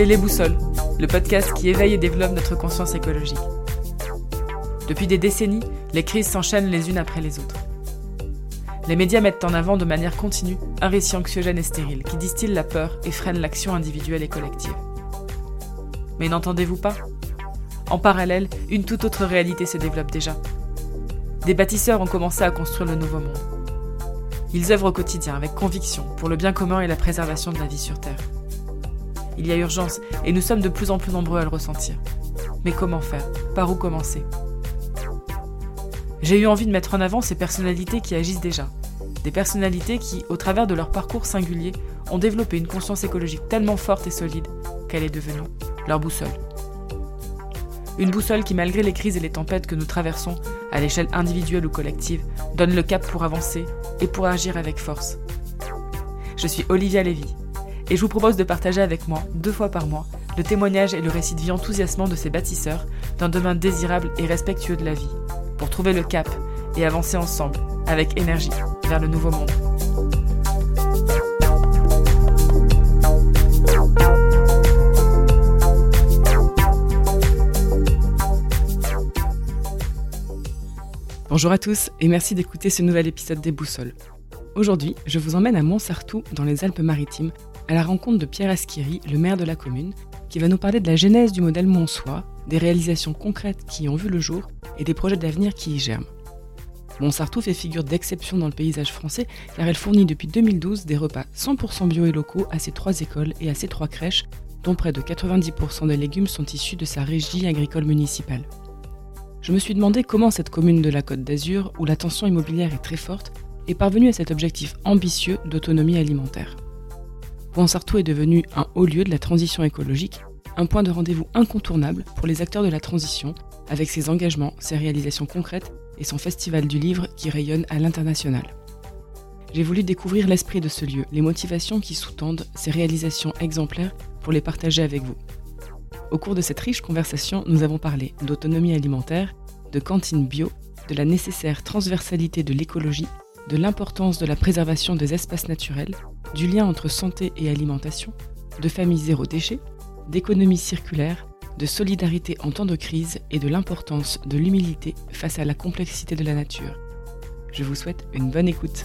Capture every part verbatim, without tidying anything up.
C'était Les Boussoles, le podcast qui éveille et développe notre conscience écologique. Depuis des décennies, les crises s'enchaînent les unes après les autres. Les médias mettent en avant de manière continue un récit anxiogène et stérile qui distille la peur et freine l'action individuelle et collective. Mais n'entendez-vous pas ? En parallèle, une toute autre réalité se développe déjà. Des bâtisseurs ont commencé à construire le nouveau monde. Ils œuvrent au quotidien avec conviction pour le bien commun et la préservation de la vie sur Terre. Il y a urgence et nous sommes de plus en plus nombreux à le ressentir. Mais comment faire ? Par où commencer ? J'ai eu envie de mettre en avant ces personnalités qui agissent déjà. Des personnalités qui, au travers de leur parcours singulier, ont développé une conscience écologique tellement forte et solide qu'elle est devenue leur boussole. Une boussole qui, malgré les crises et les tempêtes que nous traversons, à l'échelle individuelle ou collective, donne le cap pour avancer et pour agir avec force. Je suis Olivia Lévy, et je vous propose de partager avec moi, deux fois par mois, le témoignage et le récit de vie enthousiasmant de ces bâtisseurs d'un demain désirable et respectueux de la vie, pour trouver le cap et avancer ensemble, avec énergie, vers le nouveau monde. Bonjour à tous et merci d'écouter ce nouvel épisode des Boussoles. Aujourd'hui, je vous emmène à Montsartou, dans les Alpes-Maritimes, à la rencontre de Pierre Asquéry, le maire de la commune, qui va nous parler de la genèse du modèle Monsois, des réalisations concrètes qui y ont vu le jour et des projets d'avenir qui y germent. Montsartou fait figure d'exception dans le paysage français car elle fournit depuis deux mille douze des repas cent pour cent bio et locaux à ses trois écoles et à ses trois crèches, dont près de quatre-vingt-dix pour cent des légumes sont issus de sa régie agricole municipale. Je me suis demandé comment cette commune de la Côte d'Azur, où la tension immobilière est très forte, est parvenue à cet objectif ambitieux d'autonomie alimentaire. Montsartou est devenu un haut lieu de la transition écologique, un point de rendez-vous incontournable pour les acteurs de la transition, avec ses engagements, ses réalisations concrètes et son festival du livre qui rayonne à l'international. J'ai voulu découvrir l'esprit de ce lieu, les motivations qui sous-tendent ces réalisations exemplaires pour les partager avec vous. Au cours de cette riche conversation, nous avons parlé d'autonomie alimentaire, de cantine bio, de la nécessaire transversalité de l'écologie, de l'importance de la préservation des espaces naturels, du lien entre santé et alimentation, de famille zéro déchet, d'économie circulaire, de solidarité en temps de crise et de l'importance de l'humilité face à la complexité de la nature. Je vous souhaite une bonne écoute.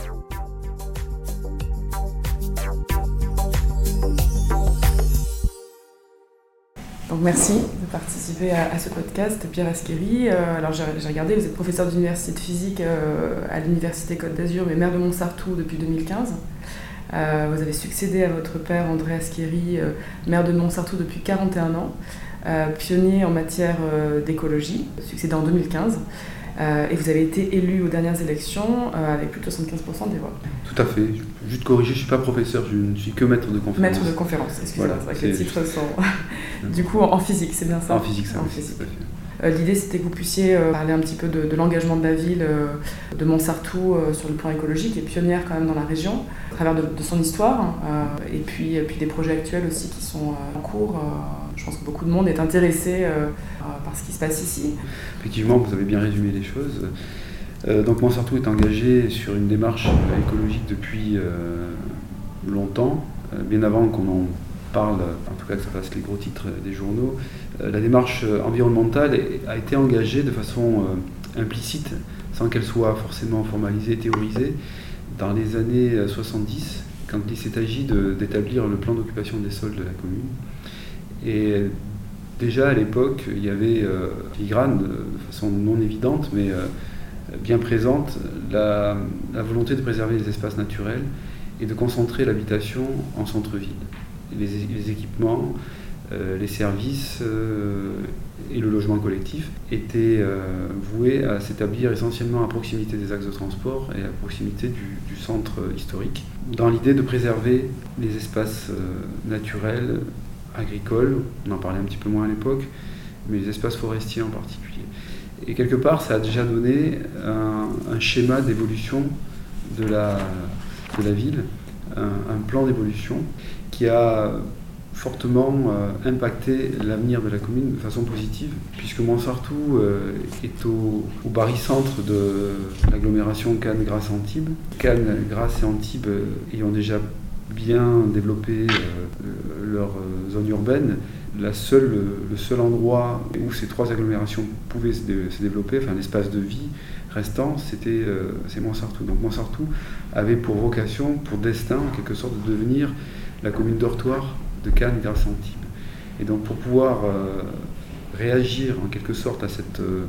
Donc merci de participer à, à ce podcast, Pierre Asquéry. Euh, alors j'ai, j'ai regardé, vous êtes professeur d'université de physique euh, à l'université Côte d'Azur, mais maire de Montsartou depuis deux mille quinze. Euh, vous avez succédé à votre père André Asquéry, euh, maire de Montsartou depuis quarante et un ans, euh, pionnier en matière euh, d'écologie, succédé en deux mille quinze. Euh, et vous avez été élu aux dernières élections euh, avec plus de soixante-quinze pour cent des voix. Tout à fait. Juste corriger, je ne suis pas professeur, je ne suis que maître de conférence. Maître de conférence, excusez-moi, voilà, c'est vrai que les titres sont... Du coup, en physique, c'est bien ça ? En physique, ça. En physique. Euh, l'idée, c'était que vous puissiez euh, parler un petit peu de, de l'engagement de la ville, euh, de Montsartou euh, sur le plan écologique, qui est pionnière quand même dans la région, à travers de, de son histoire, euh, et, puis, et puis des projets actuels aussi qui sont euh, en cours. Euh, je pense que beaucoup de monde est intéressé euh, par ce qui se passe ici. Effectivement, vous avez bien résumé les choses. Euh, donc Montsartou est engagé sur une démarche écologique depuis euh, longtemps, euh, bien avant qu'on en parle, en tout cas que ça fasse les gros titres des journaux. Euh, la démarche environnementale a été engagée de façon euh, implicite, sans qu'elle soit forcément formalisée, théorisée, dans les années soixante-dix, quand il s'est agi de, d'établir le plan d'occupation des sols de la commune. Et déjà à l'époque, il y avait euh, filigrane, de façon non évidente, mais euh, bien présente, la, la volonté de préserver les espaces naturels et de concentrer l'habitation en centre-ville. Les, les équipements, euh, les services euh, et le logement collectif étaient euh, voués à s'établir essentiellement à proximité des axes de transport et à proximité du, du centre historique, dans l'idée de préserver les espaces euh, naturels, agricoles, on en parlait un petit peu moins à l'époque, mais les espaces forestiers en particulier. Et quelque part, ça a déjà donné un, un schéma d'évolution de la, de la ville, un, un plan d'évolution qui a fortement euh, impacté l'avenir de la commune de façon positive, puisque Montsartou euh, est au, au barycentre de l'agglomération Cannes, Grasse, Antibes. Cannes, Grasse et Antibes ayant déjà bien développer euh, leur euh, zone urbaine. La seule, le seul endroit où ces trois agglomérations pouvaient se, dé, se développer, enfin l'espace de vie restant, c'était euh, c'est Montsartou. Donc Montsartou avait pour vocation, pour destin en quelque sorte, de devenir la commune dortoir de Cannes grâce à Antibes. Et donc pour pouvoir euh, réagir en quelque sorte à, cette, euh,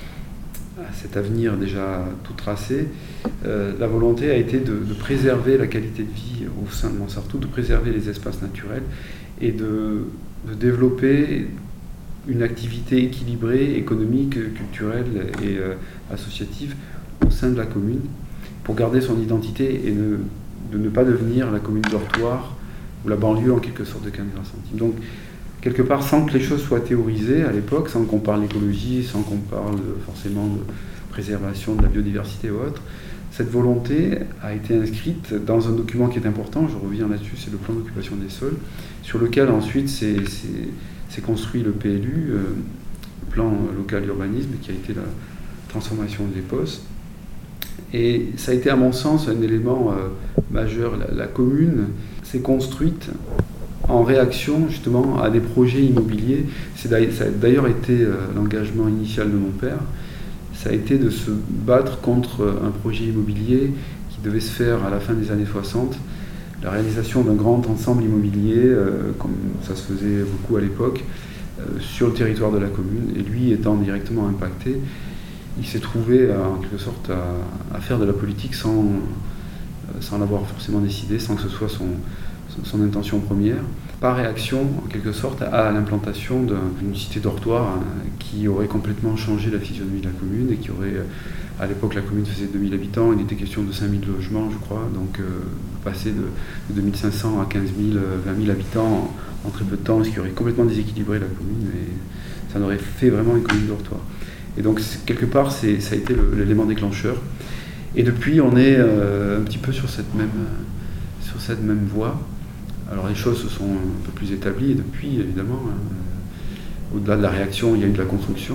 à cet avenir déjà tout tracé, euh, la volonté a été de, de préserver la qualité de vie au sein de Montsartou, de préserver les espaces naturels et de, de développer une activité équilibrée, économique, culturelle et euh, associative au sein de la commune pour garder son identité et ne, de ne pas devenir la commune dortoir ou la banlieue en quelque sorte de Cannes-Grâce-Antibes. Donc, quelque part, sans que les choses soient théorisées à l'époque, sans qu'on parle d'écologie, sans qu'on parle forcément de préservation de la biodiversité ou autre, cette volonté a été inscrite dans un document qui est important, je reviens là-dessus, c'est le plan d'occupation des sols, sur lequel ensuite s'est, s'est, s'est construit le P L U, euh, le plan local d'urbanisme, qui a été la transformation de l'E P O S. Et ça a été à mon sens un élément euh, majeur. La, la commune s'est construite en réaction justement à des projets immobiliers. C'est d'ailleurs, ça a d'ailleurs été euh, l'engagement initial de mon père. Ça a été de se battre contre un projet immobilier qui devait se faire à la fin des années soixante, la réalisation d'un grand ensemble immobilier, euh, comme ça se faisait beaucoup à l'époque, euh, sur le territoire de la commune. Et lui étant directement impacté, il s'est trouvé à, en quelque sorte à, à faire de la politique sans, sans l'avoir forcément décidé, sans que ce soit son, son intention première, par réaction en quelque sorte à l'implantation d'une cité dortoir hein, qui aurait complètement changé la physionomie de la commune et qui aurait, à l'époque la commune faisait deux mille habitants, il était question de cinq mille logements je crois, donc euh, passer de, de deux mille cinq cents à quinze mille, vingt mille habitants en, en très peu de temps, ce qui aurait complètement déséquilibré la commune et ça en aurait fait vraiment une commune dortoir. Et donc quelque part c'est, ça a été le, l'élément déclencheur et depuis on est euh, un petit peu sur cette même, sur cette même voie. Alors les choses se sont un peu plus établies depuis, évidemment. Hein. Au-delà de la réaction, il y a eu de la construction.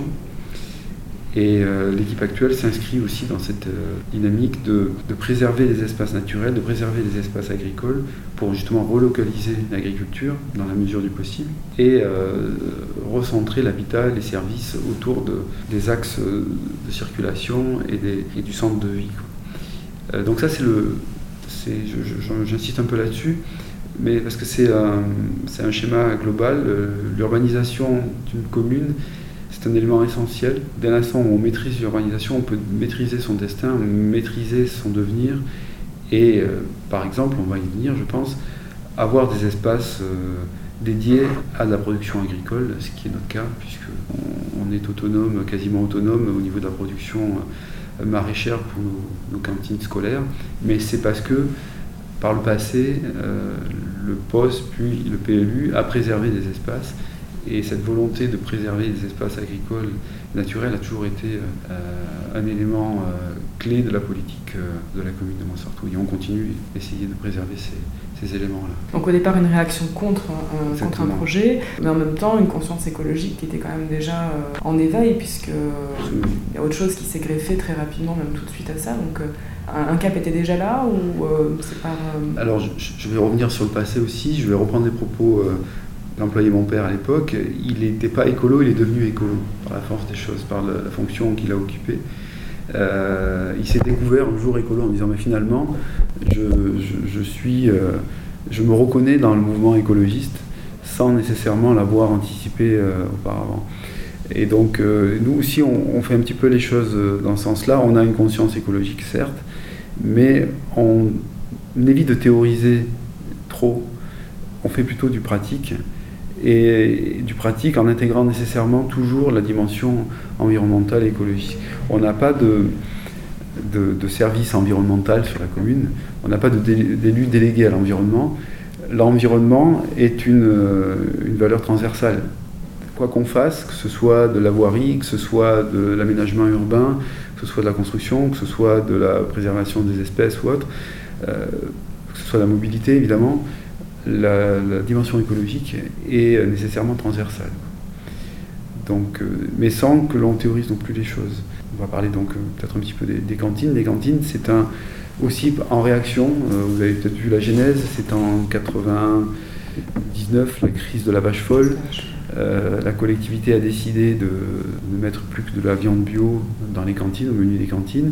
Et euh, l'équipe actuelle s'inscrit aussi dans cette euh, dynamique de, de préserver les espaces naturels, de préserver les espaces agricoles pour justement relocaliser l'agriculture dans la mesure du possible et euh, recentrer l'habitat, les services autour de, des axes de circulation et, des, et du centre de vie. Euh, donc ça, c'est le, c'est, je, je, j'insiste un peu là-dessus. Mais parce que c'est un, c'est un schéma global, l'urbanisation d'une commune, c'est un élément essentiel. Dès l'instant où on maîtrise l'urbanisation, on peut maîtriser son destin, maîtriser son devenir, et euh, par exemple, on va y venir, je pense, avoir des espaces euh, dédiés à la production agricole, ce qui est notre cas, puisqu'on on est autonome, quasiment autonome au niveau de la production euh, maraîchère pour nos, nos cantines scolaires, mais c'est parce que par le passé, euh, le P O S puis le P L U a préservé des espaces et cette volonté de préserver des espaces agricoles naturels a toujours été euh, un élément euh, clé de la politique euh, de la commune de Montsartou et on continue d'essayer de préserver ces, ces éléments-là. Donc au départ une réaction contre, euh, contre un projet, mais en même temps une conscience écologique qui était quand même déjà euh, en éveil puisque il y a autre chose qui s'est greffé très rapidement, même tout de suite à ça. Donc, euh, un cap était déjà là ou euh, c'est pas... Euh... Alors je, je vais revenir sur le passé aussi, je vais reprendre les propos euh, d'employé mon père à l'époque. Il n'était pas écolo, il est devenu écolo par la force des choses, par la, la fonction qu'il a occupée. Euh, il s'est découvert un jour écolo en disant mais finalement je, je, je, suis, euh, je me reconnais dans le mouvement écologiste sans nécessairement l'avoir anticipé euh, auparavant. Et donc euh, nous aussi on, on fait un petit peu les choses dans ce sens-là, on a une conscience écologique certes, mais on évite de théoriser trop, on fait plutôt du pratique, et du pratique en intégrant nécessairement toujours la dimension environnementale et écologique. On n'a pas de, de, de service environnemental sur la commune, on n'a pas de dé, d'élus délégués à l'environnement. L'environnement est une, une valeur transversale. Quoi qu'on fasse, que ce soit de la voirie, que ce soit de l'aménagement urbain, que ce soit de la construction, que ce soit de la préservation des espèces ou autre, euh, que ce soit de la mobilité évidemment, la, la dimension écologique est nécessairement transversale. Donc, euh, mais sans que l'on théorise non plus les choses. On va parler donc euh, peut-être un petit peu des, des cantines. Les cantines, c'est un, aussi en réaction, euh, vous avez peut-être vu la genèse, c'est en quatre-vingt-dix-neuf, la crise de la vache folle. Euh, la collectivité a décidé de ne mettre plus que de la viande bio dans les cantines, au menu des cantines.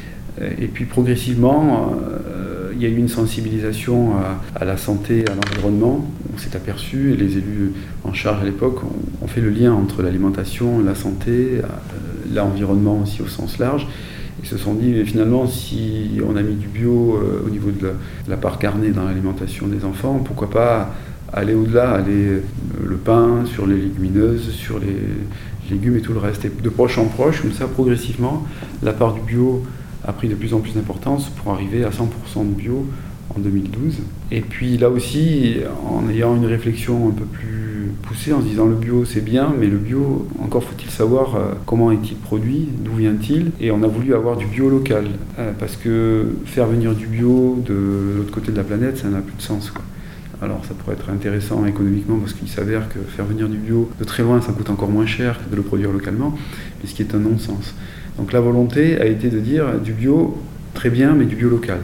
Et puis progressivement, euh, il y a eu une sensibilisation à, à la santé, à l'environnement. On s'est aperçu, et les élus en charge à l'époque ont, ont fait le lien entre l'alimentation, la santé, euh, l'environnement aussi au sens large. Ils se sont dit, mais finalement, si on a mis du bio euh, au niveau de la, de la part carnée dans l'alimentation des enfants, pourquoi pas aller au-delà, aller euh, le pain, sur les légumineuses, sur les légumes et tout le reste. Et de proche en proche, comme ça, progressivement, la part du bio a pris de plus en plus d'importance pour arriver à cent pour cent de bio en deux mille douze. Et puis là aussi, en ayant une réflexion un peu plus poussée, en se disant le bio c'est bien, mais le bio, encore faut-il savoir euh, comment est-il produit, d'où vient-il. Et on a voulu avoir du bio local, euh, parce que faire venir du bio de l'autre côté de la planète, ça n'a plus de sens, quoi. Alors ça pourrait être intéressant économiquement parce qu'il s'avère que faire venir du bio de très loin, ça coûte encore moins cher que de le produire localement, mais ce qui est un non-sens. Donc la volonté a été de dire du bio, très bien, mais du bio local.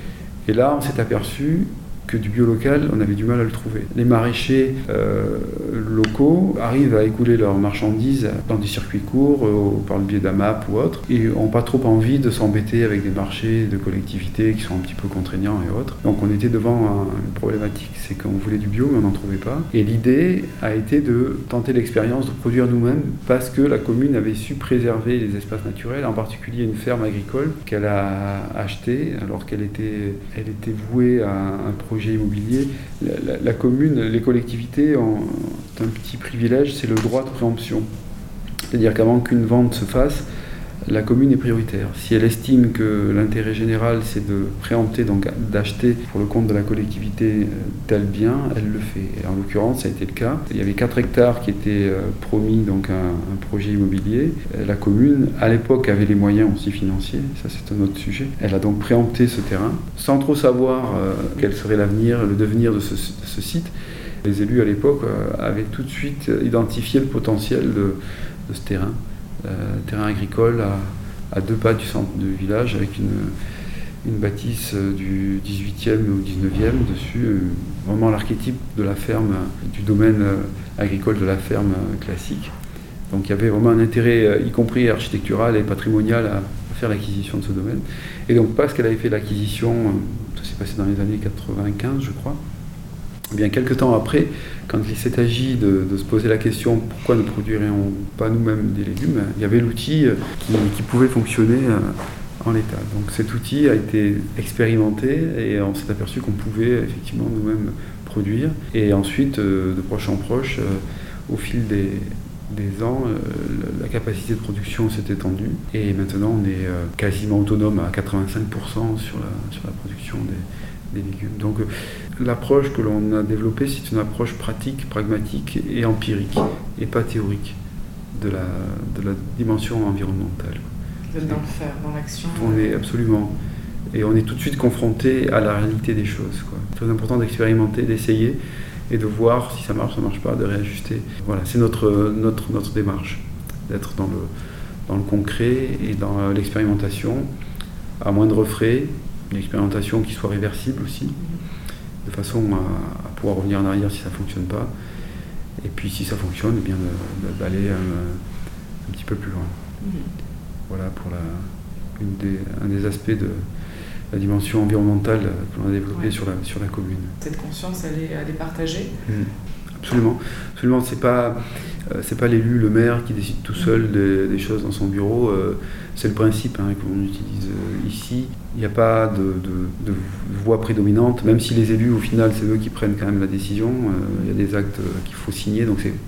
Et là, on s'est aperçu que du bio local, on avait du mal à le trouver. Les maraîchers euh, locaux arrivent à écouler leurs marchandises dans des circuits courts, euh, par le biais d'A M A P ou autres, et n'ont pas trop envie de s'embêter avec des marchés de collectivités qui sont un petit peu contraignants et autres. Donc on était devant un, une problématique, c'est qu'on voulait du bio, mais on n'en trouvait pas. Et l'idée a été de tenter l'expérience de produire nous-mêmes, parce que la commune avait su préserver les espaces naturels, en particulier une ferme agricole qu'elle a achetée, alors qu'elle était, elle était vouée à un projet immobilier. La, la, la commune, les collectivités ont un petit privilège, c'est le droit de préemption. C'est-à-dire qu'avant qu'une vente se fasse, la commune est prioritaire. Si elle estime que l'intérêt général, c'est de préempter, donc d'acheter pour le compte de la collectivité tel bien, elle le fait. Et en l'occurrence, ça a été le cas. Il y avait quatre hectares qui étaient promis donc à un projet immobilier. La commune, à l'époque, avait les moyens aussi financiers. Ça, c'est un autre sujet. Elle a donc préempté ce terrain, sans trop savoir euh, quel serait l'avenir, le devenir de ce, de ce site. Les élus, à l'époque, euh, avaient tout de suite identifié le potentiel de, de ce terrain. Euh, terrain agricole à, à deux pas du centre du village, avec une, une bâtisse du dix-huitième ou dix-neuvième dessus, euh, vraiment l'archétype de la ferme, du domaine euh, agricole de la ferme euh, classique. Donc il y avait vraiment un intérêt, euh, y compris architectural et patrimonial, à, à faire l'acquisition de ce domaine. Et donc parce qu'elle avait fait l'acquisition, euh, ça s'est passé dans les années quatre-vingt-quinze, je crois, eh bien, quelques temps après, quand il s'est agi de, de se poser la question pourquoi ne produirions pas nous-mêmes des légumes, il y avait l'outil qui, qui pouvait fonctionner en l'état. Donc cet outil a été expérimenté et on s'est aperçu qu'on pouvait effectivement nous-mêmes produire. Et ensuite, de proche en proche, au fil des, des ans, la capacité de production s'est étendue. Et maintenant, on est quasiment autonome à quatre-vingt-cinq pour cent sur la, sur la production des, des légumes. Donc l'approche que l'on a développée, c'est une approche pratique, pragmatique et empirique, et pas théorique, de la, de la dimension environnementale. Vous êtes dans le faire, dans l'action. On est absolument. Et on est tout de suite confronté à la réalité des choses, quoi. C'est très important d'expérimenter, d'essayer, et de voir si ça marche, ça marche pas, de réajuster. Voilà, c'est notre, notre, notre démarche, d'être dans le, dans le concret et dans l'expérimentation, à moindre frais, une expérimentation qui soit réversible aussi, de façon à, à pouvoir revenir en arrière si ça ne fonctionne pas. Et puis si ça fonctionne, eh bien d'aller un, un petit peu plus loin. Mmh. Voilà pour la, une des, un des aspects de la dimension environnementale que l'on a développée ouais. sur, la, sur la commune. Cette conscience, elle est, elle est partagée mmh. Absolument. Absolument. C'est pas, euh, c'est pas l'élu, le maire qui décide tout seul des, des choses dans son bureau. Euh, c'est le principe hein, que l'on utilise euh, ici. Il n'y a pas de, de, de voix prédominante, même si les élus, au final, c'est eux qui prennent quand même la décision. Euh, il y a des actes qu'il faut signer, donc c'est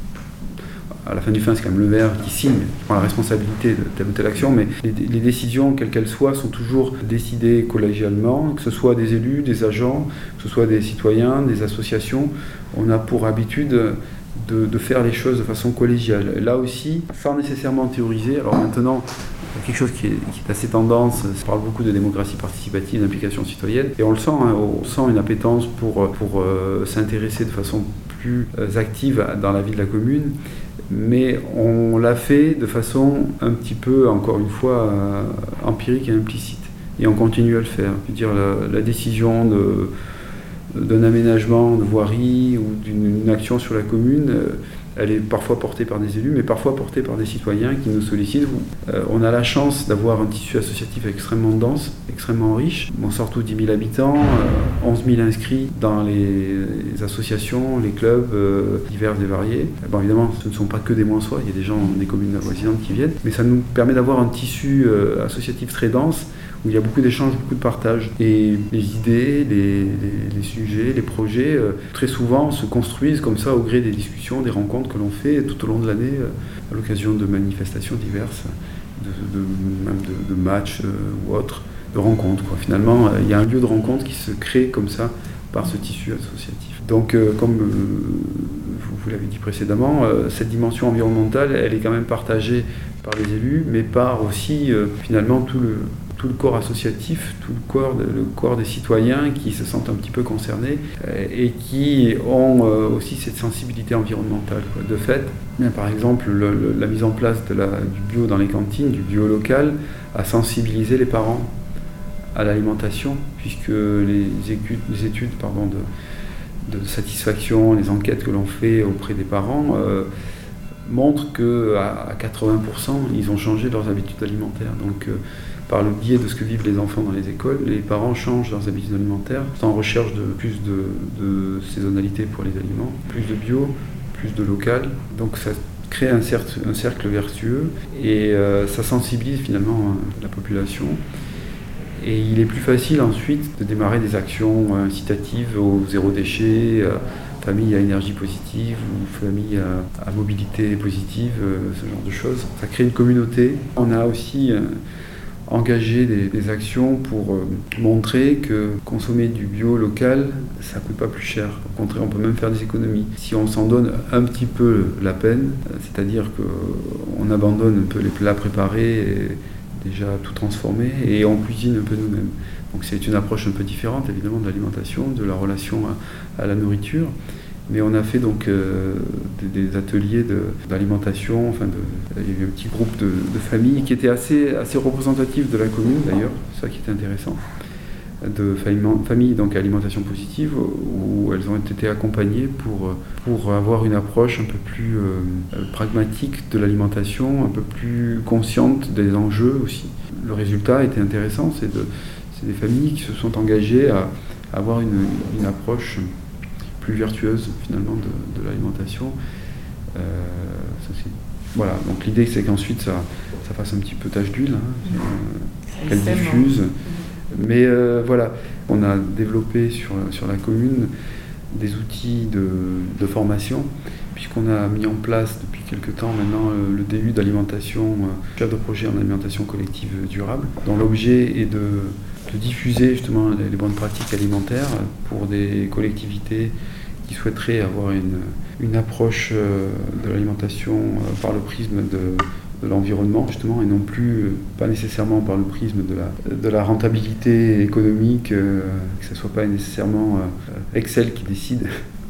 à la fin du fin, c'est quand même le maire qui signe, qui prend la responsabilité de telle ou telle action, mais les, les décisions, quelles qu'elles soient, sont toujours décidées collégialement, que ce soit des élus, des agents, que ce soit des citoyens, des associations. On a pour habitude de, de faire les choses de façon collégiale. Et là aussi, sans nécessairement théoriser. Alors maintenant, quelque chose qui est, qui est assez tendance, ça parle beaucoup de démocratie participative, d'implication citoyenne, et on le sent, hein, on sent une appétence pour, pour euh, s'intéresser de façon plus active dans la vie de la commune. Mais on l'a fait de façon un petit peu, encore une fois, euh, empirique et implicite. Et on continue à le faire. Je veux dire, la, la décision de, d'un aménagement de voirie ou d'une action sur la commune, euh, elle est parfois portée par des élus, mais parfois portée par des citoyens qui nous sollicitent. Euh, on a la chance d'avoir un tissu associatif extrêmement dense, extrêmement riche. Montsartou, dix mille habitants, euh, onze mille inscrits dans les, les associations, les clubs euh, divers et variés. Bon, évidemment, ce ne sont pas que des Monsois, il y a des gens des communes avoisinantes qui viennent, mais ça nous permet d'avoir un tissu euh, associatif très dense, où il y a beaucoup d'échanges, beaucoup de partage. Et les idées, les, les, les sujets, les projets, euh, très souvent se construisent comme ça au gré des discussions, des rencontres que l'on fait tout au long de l'année, euh, à l'occasion de manifestations diverses, de, de, même de, de matchs euh, ou autres, de rencontres, quoi. Finalement, euh, il y a un lieu de rencontre qui se crée comme ça par ce tissu associatif. Donc, euh, comme euh, vous, vous l'avez dit précédemment, euh, cette dimension environnementale, elle est quand même partagée par les élus, mais par aussi, euh, finalement, tout le tout le corps associatif, tout le corps, le corps des citoyens qui se sentent un petit peu concernés euh, et qui ont euh, aussi cette sensibilité environnementale, quoi. De fait, bien, par exemple, le, le, la mise en place de la, du bio dans les cantines, du bio local, a sensibilisé les parents à l'alimentation, puisque les études, les études pardon, de, de satisfaction, les enquêtes que l'on fait auprès des parents euh, montrent qu'à à quatre-vingts pour cent, ils ont changé leurs habitudes alimentaires. Donc, euh, par le biais de ce que vivent les enfants dans les écoles, les parents changent leurs habitudes alimentaires, sont en recherche de plus de, de saisonnalité pour les aliments, plus de bio, plus de local. Donc ça crée un cercle, un cercle vertueux et euh, ça sensibilise finalement euh, la population. Et il est plus facile ensuite de démarrer des actions incitatives au zéro déchet, euh, famille à énergie positive ou famille à, à mobilité positive, euh, ce genre de choses. Ça crée une communauté. On a aussi euh, engager des, des actions pour euh, montrer que consommer du bio local, ça ne coûte pas plus cher. Au contraire, on peut même faire des économies. Si on s'en donne un petit peu la peine, euh, c'est-à-dire qu'on abandonne un peu les plats préparés, et déjà tout transformés, et on cuisine un peu nous-mêmes. Donc c'est une approche un peu différente, évidemment, de l'alimentation, de la relation à, à la nourriture. Mais on a fait donc euh, des, des ateliers de, d'alimentation, enfin de, il y avait un petit groupe de, de familles qui était assez, assez représentatif de la commune d'ailleurs, c'est ça qui était intéressant, de familles donc à alimentation positive où elles ont été accompagnées pour, pour avoir une approche un peu plus euh, pragmatique de l'alimentation, un peu plus consciente des enjeux aussi. Le résultat était intéressant, c'est, de, c'est des familles qui se sont engagées à, à avoir une, une approche plus vertueuse finalement de, de l'alimentation. Euh, ça, c'est... Voilà, donc l'idée c'est qu'ensuite ça, ça fasse un petit peu tache d'huile, hein, euh, qu'elle diffuse. Mais euh, voilà, on a développé sur, sur la commune des outils de, de formation, puisqu'on a mis en place depuis quelques temps maintenant le D U d'alimentation, euh, chef de projet en alimentation collective durable, dont l'objet est de, de diffuser justement les, les bonnes pratiques alimentaires pour des collectivités qui souhaiteraient avoir une, une approche euh, de l'alimentation euh, par le prisme de, de l'environnement justement, et non plus, euh, pas nécessairement par le prisme de la, de la rentabilité économique, euh, que ce ne soit pas nécessairement euh, Excel qui décide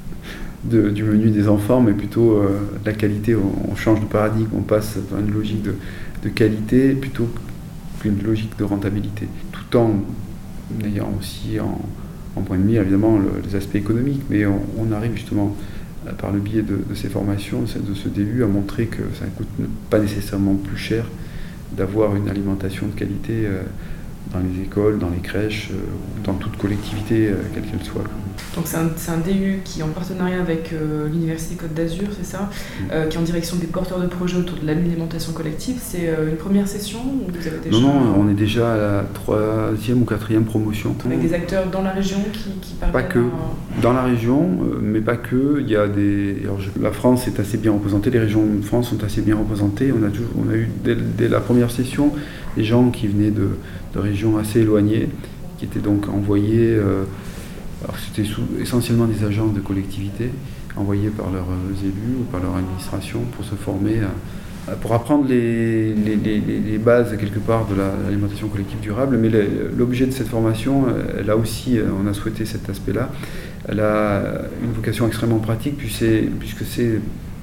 de, du menu des enfants, mais plutôt euh, la qualité. On, on change de paradigme, on passe dans une logique de, de qualité plutôt qu'une logique de rentabilité, tout en ayant aussi en en point de mire évidemment le, les aspects économiques, mais on, on arrive justement euh, par le biais de, de ces formations, de ce D U, à montrer que ça ne coûte pas nécessairement plus cher d'avoir une alimentation de qualité euh, dans les écoles, dans les crèches, euh, dans toute collectivité, euh, quelle qu'elle soit. Donc c'est un, c'est un D U qui est en partenariat avec euh, l'Université Côte d'Azur, c'est ça, mmh. euh, qui est en direction des porteurs de projets autour de l'alimentation collective. C'est euh, une première session ou vous avez déjà... Non, non, on est déjà à la troisième ou quatrième promotion. Avec des acteurs dans la région qui, qui parviennent Pas que. À... Dans la région, euh, mais pas que. Il y a des... Alors, je... La France est assez bien représentée, les régions de France sont assez bien représentées. On a, toujours... on a eu dès, dès la première session des gens qui venaient de, de régions assez éloignées, qui étaient donc envoyés... Euh... Alors, c'était sous... essentiellement des agents de collectivité, envoyés par leurs élus ou par leur administration pour se former, à... pour apprendre les, les, les, les bases quelque part de la, l'alimentation collective durable. Mais l'objet de cette formation, elle a aussi, on a souhaité cet aspect-là, elle a une vocation extrêmement pratique puisque c'est, puisque c'est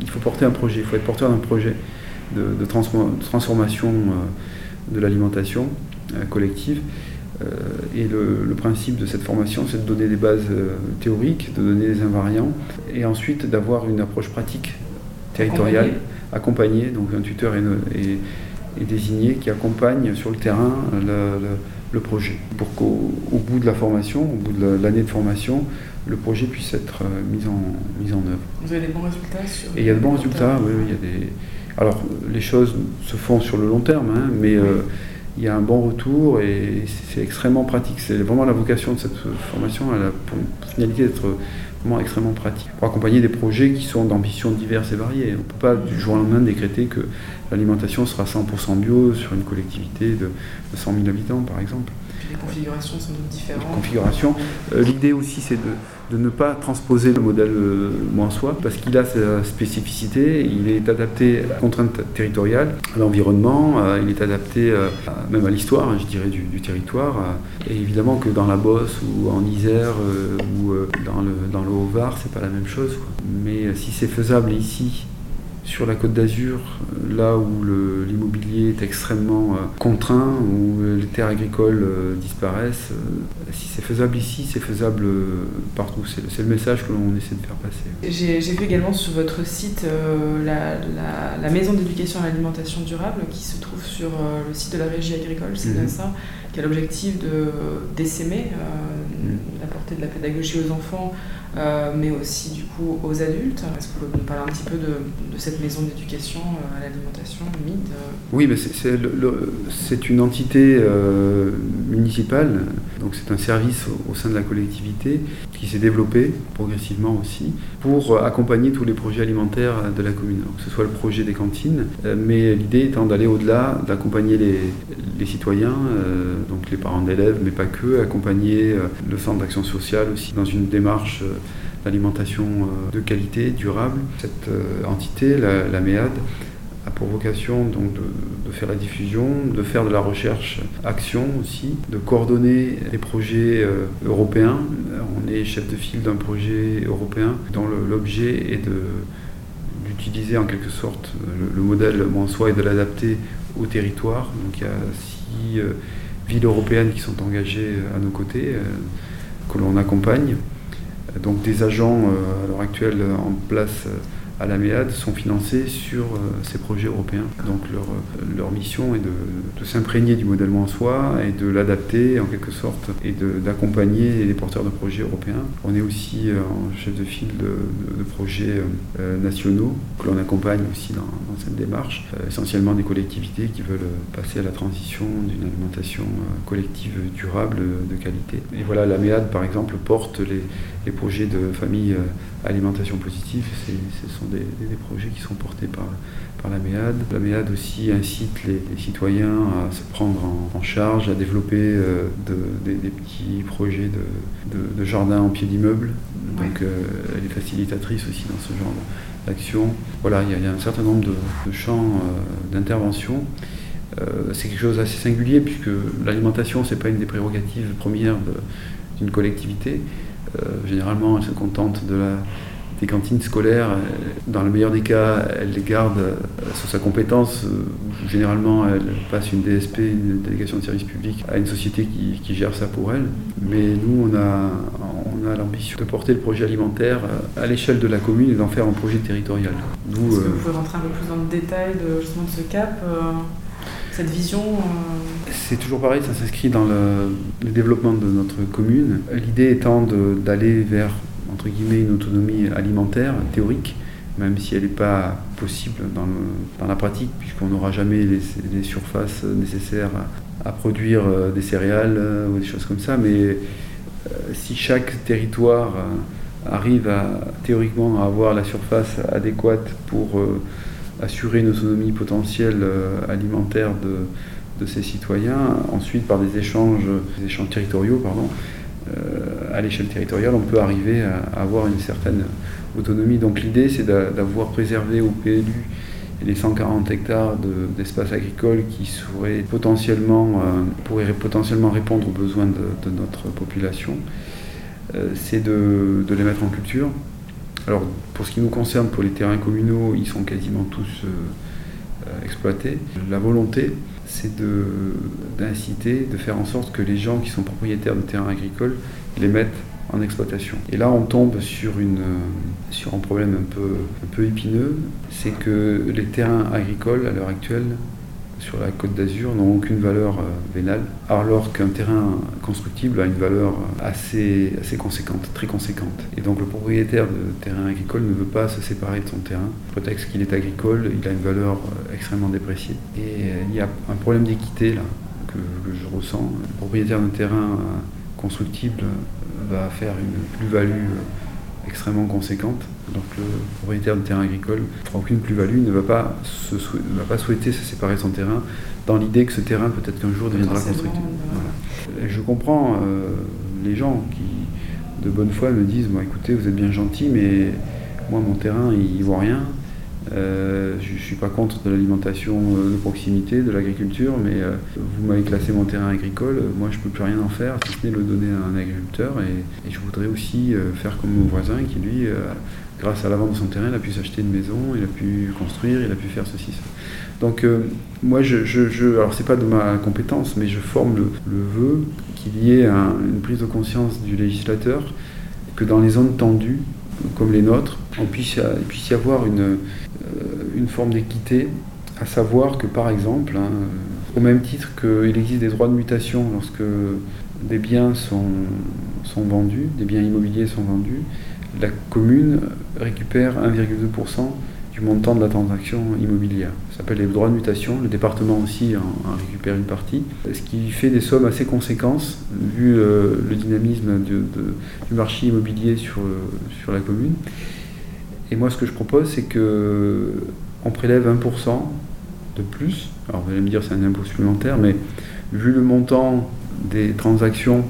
il faut porter un projet, il faut être porteur d'un projet de, de, transform- de transformation euh, de l'alimentation euh, collective. Euh, et le, le principe de cette formation, c'est de donner des bases euh, théoriques, de donner des invariants, et ensuite d'avoir une approche pratique territoriale, accompagnée, donc un tuteur est, est, est désigné qui accompagne sur le terrain le, le, le projet, pour qu'au au bout de la formation, au bout de l'année de formation, le projet puisse être euh, mis, en, mis en œuvre. Vous avez des bons résultats sur... Et il y a de bons résultats, oui, oui, il y a des... Alors, les choses se font sur le long terme, hein, mais euh, il y a un bon retour et c'est extrêmement pratique. C'est vraiment la vocation de cette formation, elle a pour finalité d'être vraiment extrêmement pratique, pour accompagner des projets qui sont d'ambitions diverses et variées. On ne peut pas du jour au lendemain décréter que l'alimentation sera cent pour cent bio sur une collectivité de cent mille habitants, par exemple. Les configurations sont toutes différentes. Les configurations. Euh, l'idée aussi, c'est de, de ne pas transposer le modèle euh, Mansois, parce qu'il a sa spécificité, il est adapté à la contrainte territoriale, à l'environnement, euh, il est adapté euh, à, même à l'histoire, je dirais, du, du territoire. Euh, et évidemment que dans la Beauce ou en Isère euh, ou euh, dans, le, dans le Haut-Var, c'est pas la même chose, quoi. Mais euh, si c'est faisable ici, sur la Côte d'Azur, là où le, l'immobilier est extrêmement euh, contraint, où les terres agricoles euh, disparaissent, euh, si c'est faisable ici, c'est faisable euh, partout. C'est, c'est le message que l'on essaie de faire passer. J'ai, j'ai vu également sur votre site euh, la, la, la maison d'éducation à l'alimentation durable qui se trouve sur euh, le site de la régie agricole, c'est mmh. bien ça, qui a l'objectif de, d'essaimer, euh, mmh. d'apporter de la pédagogie aux enfants, Euh, mais aussi du coup aux adultes. Est-ce que vous pouvez nous parler un petit peu de, de cette maison d'éducation euh, à l'alimentation, M I D euh... Oui, mais c'est, c'est, le, le, c'est une entité euh, municipale, donc c'est un service au, au sein de la collectivité qui s'est développé progressivement aussi pour accompagner tous les projets alimentaires de la commune, donc que ce soit le projet des cantines, euh, mais l'idée étant d'aller au-delà, d'accompagner les, les citoyens, euh, donc les parents d'élèves, mais pas que, accompagner euh, le centre d'action sociale aussi dans une démarche euh, d'alimentation de qualité, durable. Cette entité, la, la MEAD, a pour vocation donc de, de faire la diffusion, de faire de la recherche-action aussi, de coordonner les projets euh, européens. On est chef de file d'un projet européen dont le, l'objet est de, d'utiliser en quelque sorte le, le modèle Mansois et de l'adapter au territoire. Donc il y a six euh, villes européennes qui sont engagées à nos côtés, euh, que l'on accompagne. Donc des agents euh, à l'heure actuelle en place euh, à la MEAD sont financés sur euh, ces projets européens. Donc leur, leur mission est de, de s'imprégner du modèle Mansois et de l'adapter en quelque sorte et de, d'accompagner les porteurs de projets européens. On est aussi euh, en chef de file de, de, de projets euh, nationaux que l'on accompagne aussi dans, dans cette démarche, euh, essentiellement des collectivités qui veulent passer à la transition d'une alimentation euh, collective durable de qualité. Et voilà, la MEAD par exemple porte les, les projets de famille euh, alimentation positive, c'est, ce sont des, des, des projets qui sont portés par, par la MEAD. La MEAD aussi incite les, les citoyens à se prendre en, en charge, à développer euh, de, des, des petits projets de, de, de jardin en pied d'immeuble. Donc euh, elle est facilitatrice aussi dans ce genre d'action. Voilà, il y, y a un certain nombre de, de champs euh, d'intervention. Euh, c'est quelque chose d'assez singulier puisque l'alimentation, c'est pas une des prérogatives premières de, d'une collectivité. Euh, généralement, elle se contente de la, des cantines scolaires. Dans le meilleur des cas, elle les garde euh, sous sa compétence. Euh, généralement, elle passe une D S P, une délégation de service public, à une société qui, qui gère ça pour elle. Mais nous, on a, on a l'ambition de porter le projet alimentaire à l'échelle de la commune et d'en faire un projet territorial. D'où, Est-ce que vous pouvez rentrer un peu plus dans le détail de, justement, de ce cap euh... Cette vision euh... C'est toujours pareil, ça s'inscrit dans le, le développement de notre commune. L'idée étant de, d'aller vers, entre guillemets, une autonomie alimentaire, théorique, même si elle n'est pas possible dans, le, dans la pratique, puisqu'on n'aura jamais les, les surfaces nécessaires à, à produire des céréales ou des choses comme ça. Mais euh, si chaque territoire arrive à, théoriquement à avoir la surface adéquate pour... Euh, assurer une autonomie potentielle euh, alimentaire de, de ses citoyens. Ensuite, par des échanges, des échanges territoriaux, pardon, euh, à l'échelle territoriale, on peut arriver à, à avoir une certaine autonomie. Donc l'idée, c'est d'a, d'avoir préservé au P L U les cent quarante hectares de, d'espace agricole qui seraient potentiellement, euh, pourraient potentiellement répondre aux besoins de, de notre population. Euh, c'est de, de les mettre en culture. Alors pour ce qui nous concerne, pour les terrains communaux, ils sont quasiment tous euh, exploités. La volonté, c'est de, d'inciter, de faire en sorte que les gens qui sont propriétaires de terrains agricoles les mettent en exploitation. Et là, on tombe sur, une, sur un problème un peu, un peu épineux, c'est que les terrains agricoles, à l'heure actuelle, sur la Côte d'Azur, n'ont aucune valeur euh, vénale, alors qu'un terrain constructible a une valeur assez, assez conséquente, très conséquente. Et donc le propriétaire de terrain agricole ne veut pas se séparer de son terrain. Prétexte qu'il est agricole, il a une valeur euh, extrêmement dépréciée. Et euh, il y a un problème d'équité là, que, que je ressens. Le propriétaire d'un terrain euh, constructible euh, va faire une plus-value euh, extrêmement conséquente. Donc le propriétaire de terrain agricole ne fera aucune plus-value, ne va pas, se sou- ne va pas souhaiter se séparer de son terrain dans l'idée que ce terrain peut-être qu'un jour deviendra constructible. Voilà. Je comprends euh, les gens qui de bonne foi me disent bon, écoutez, vous êtes bien gentil, mais moi mon terrain il ne vaut rien. Euh, je ne suis pas contre de l'alimentation de proximité, de l'agriculture, mais euh, vous m'avez classé mon terrain agricole, euh, moi je ne peux plus rien en faire, si ce n'est le donner à un agriculteur, et, et je voudrais aussi euh, faire comme mon voisin qui lui, euh, grâce à la vente de son terrain, il a pu s'acheter une maison, il a pu construire, il a pu faire ceci, ça. Donc euh, moi, je, je, je, alors c'est pas de ma compétence, mais je forme le, le vœu qu'il y ait un, une prise de conscience du législateur, que dans les zones tendues, comme les nôtres, on puisse, il puisse y avoir une, euh, une forme d'équité, à savoir que par exemple, hein, au même titre qu'il existe des droits de mutation lorsque des biens sont, sont vendus, des biens immobiliers sont vendus, la commune récupère un virgule deux pour cent du montant de la transaction immobilière. Ça s'appelle les droits de mutation, le département aussi en, en récupère une partie, ce qui fait des sommes assez conséquentes vu euh, le dynamisme de, de, du marché immobilier sur, sur la commune. Et moi ce que je propose c'est qu'on prélève un pour cent de plus, alors vous allez me dire c'est un impôt supplémentaire, mais vu le montant des transactions,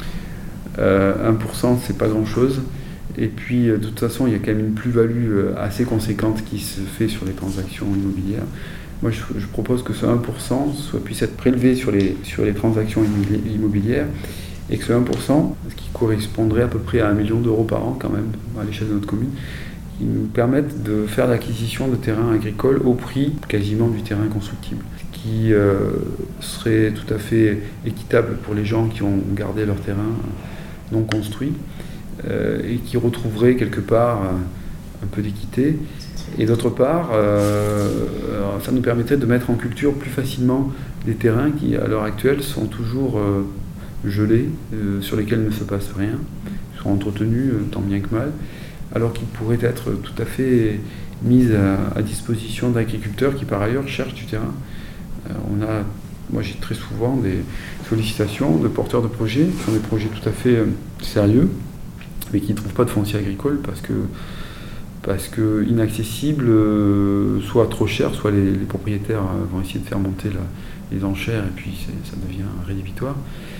euh, un pour cent c'est pas grand chose. Et puis, de toute façon, il y a quand même une plus-value assez conséquente qui se fait sur les transactions immobilières. Moi, je, je propose que ce un pour cent soit, puisse être prélevé sur les, sur les transactions immobilières et que ce un pour cent, ce qui correspondrait à peu près à un million d'euros par an quand même, à l'échelle de notre commune, qui nous permettent de faire l'acquisition de terrains agricoles au prix quasiment du terrain constructible, ce qui euh, serait tout à fait équitable pour les gens qui ont gardé leur terrain non construit. Euh, et qui retrouverait quelque part euh, un peu d'équité. Et d'autre part, euh, ça nous permettrait de mettre en culture plus facilement des terrains qui, à l'heure actuelle, sont toujours euh, gelés, euh, sur lesquels ne se passe rien, sont entretenus euh, tant bien que mal, alors qu'ils pourraient être tout à fait mis à, à disposition d'agriculteurs qui, par ailleurs, cherchent du terrain. Euh, on a, moi, j'ai très souvent des sollicitations de porteurs de projets, qui sont des projets tout à fait euh, sérieux, mais qui ne trouvent pas de foncier agricole parce que, parce que inaccessible, euh, soit trop cher, soit les, les propriétaires vont essayer de faire monter la, les enchères et puis ça devient rédhibitoire,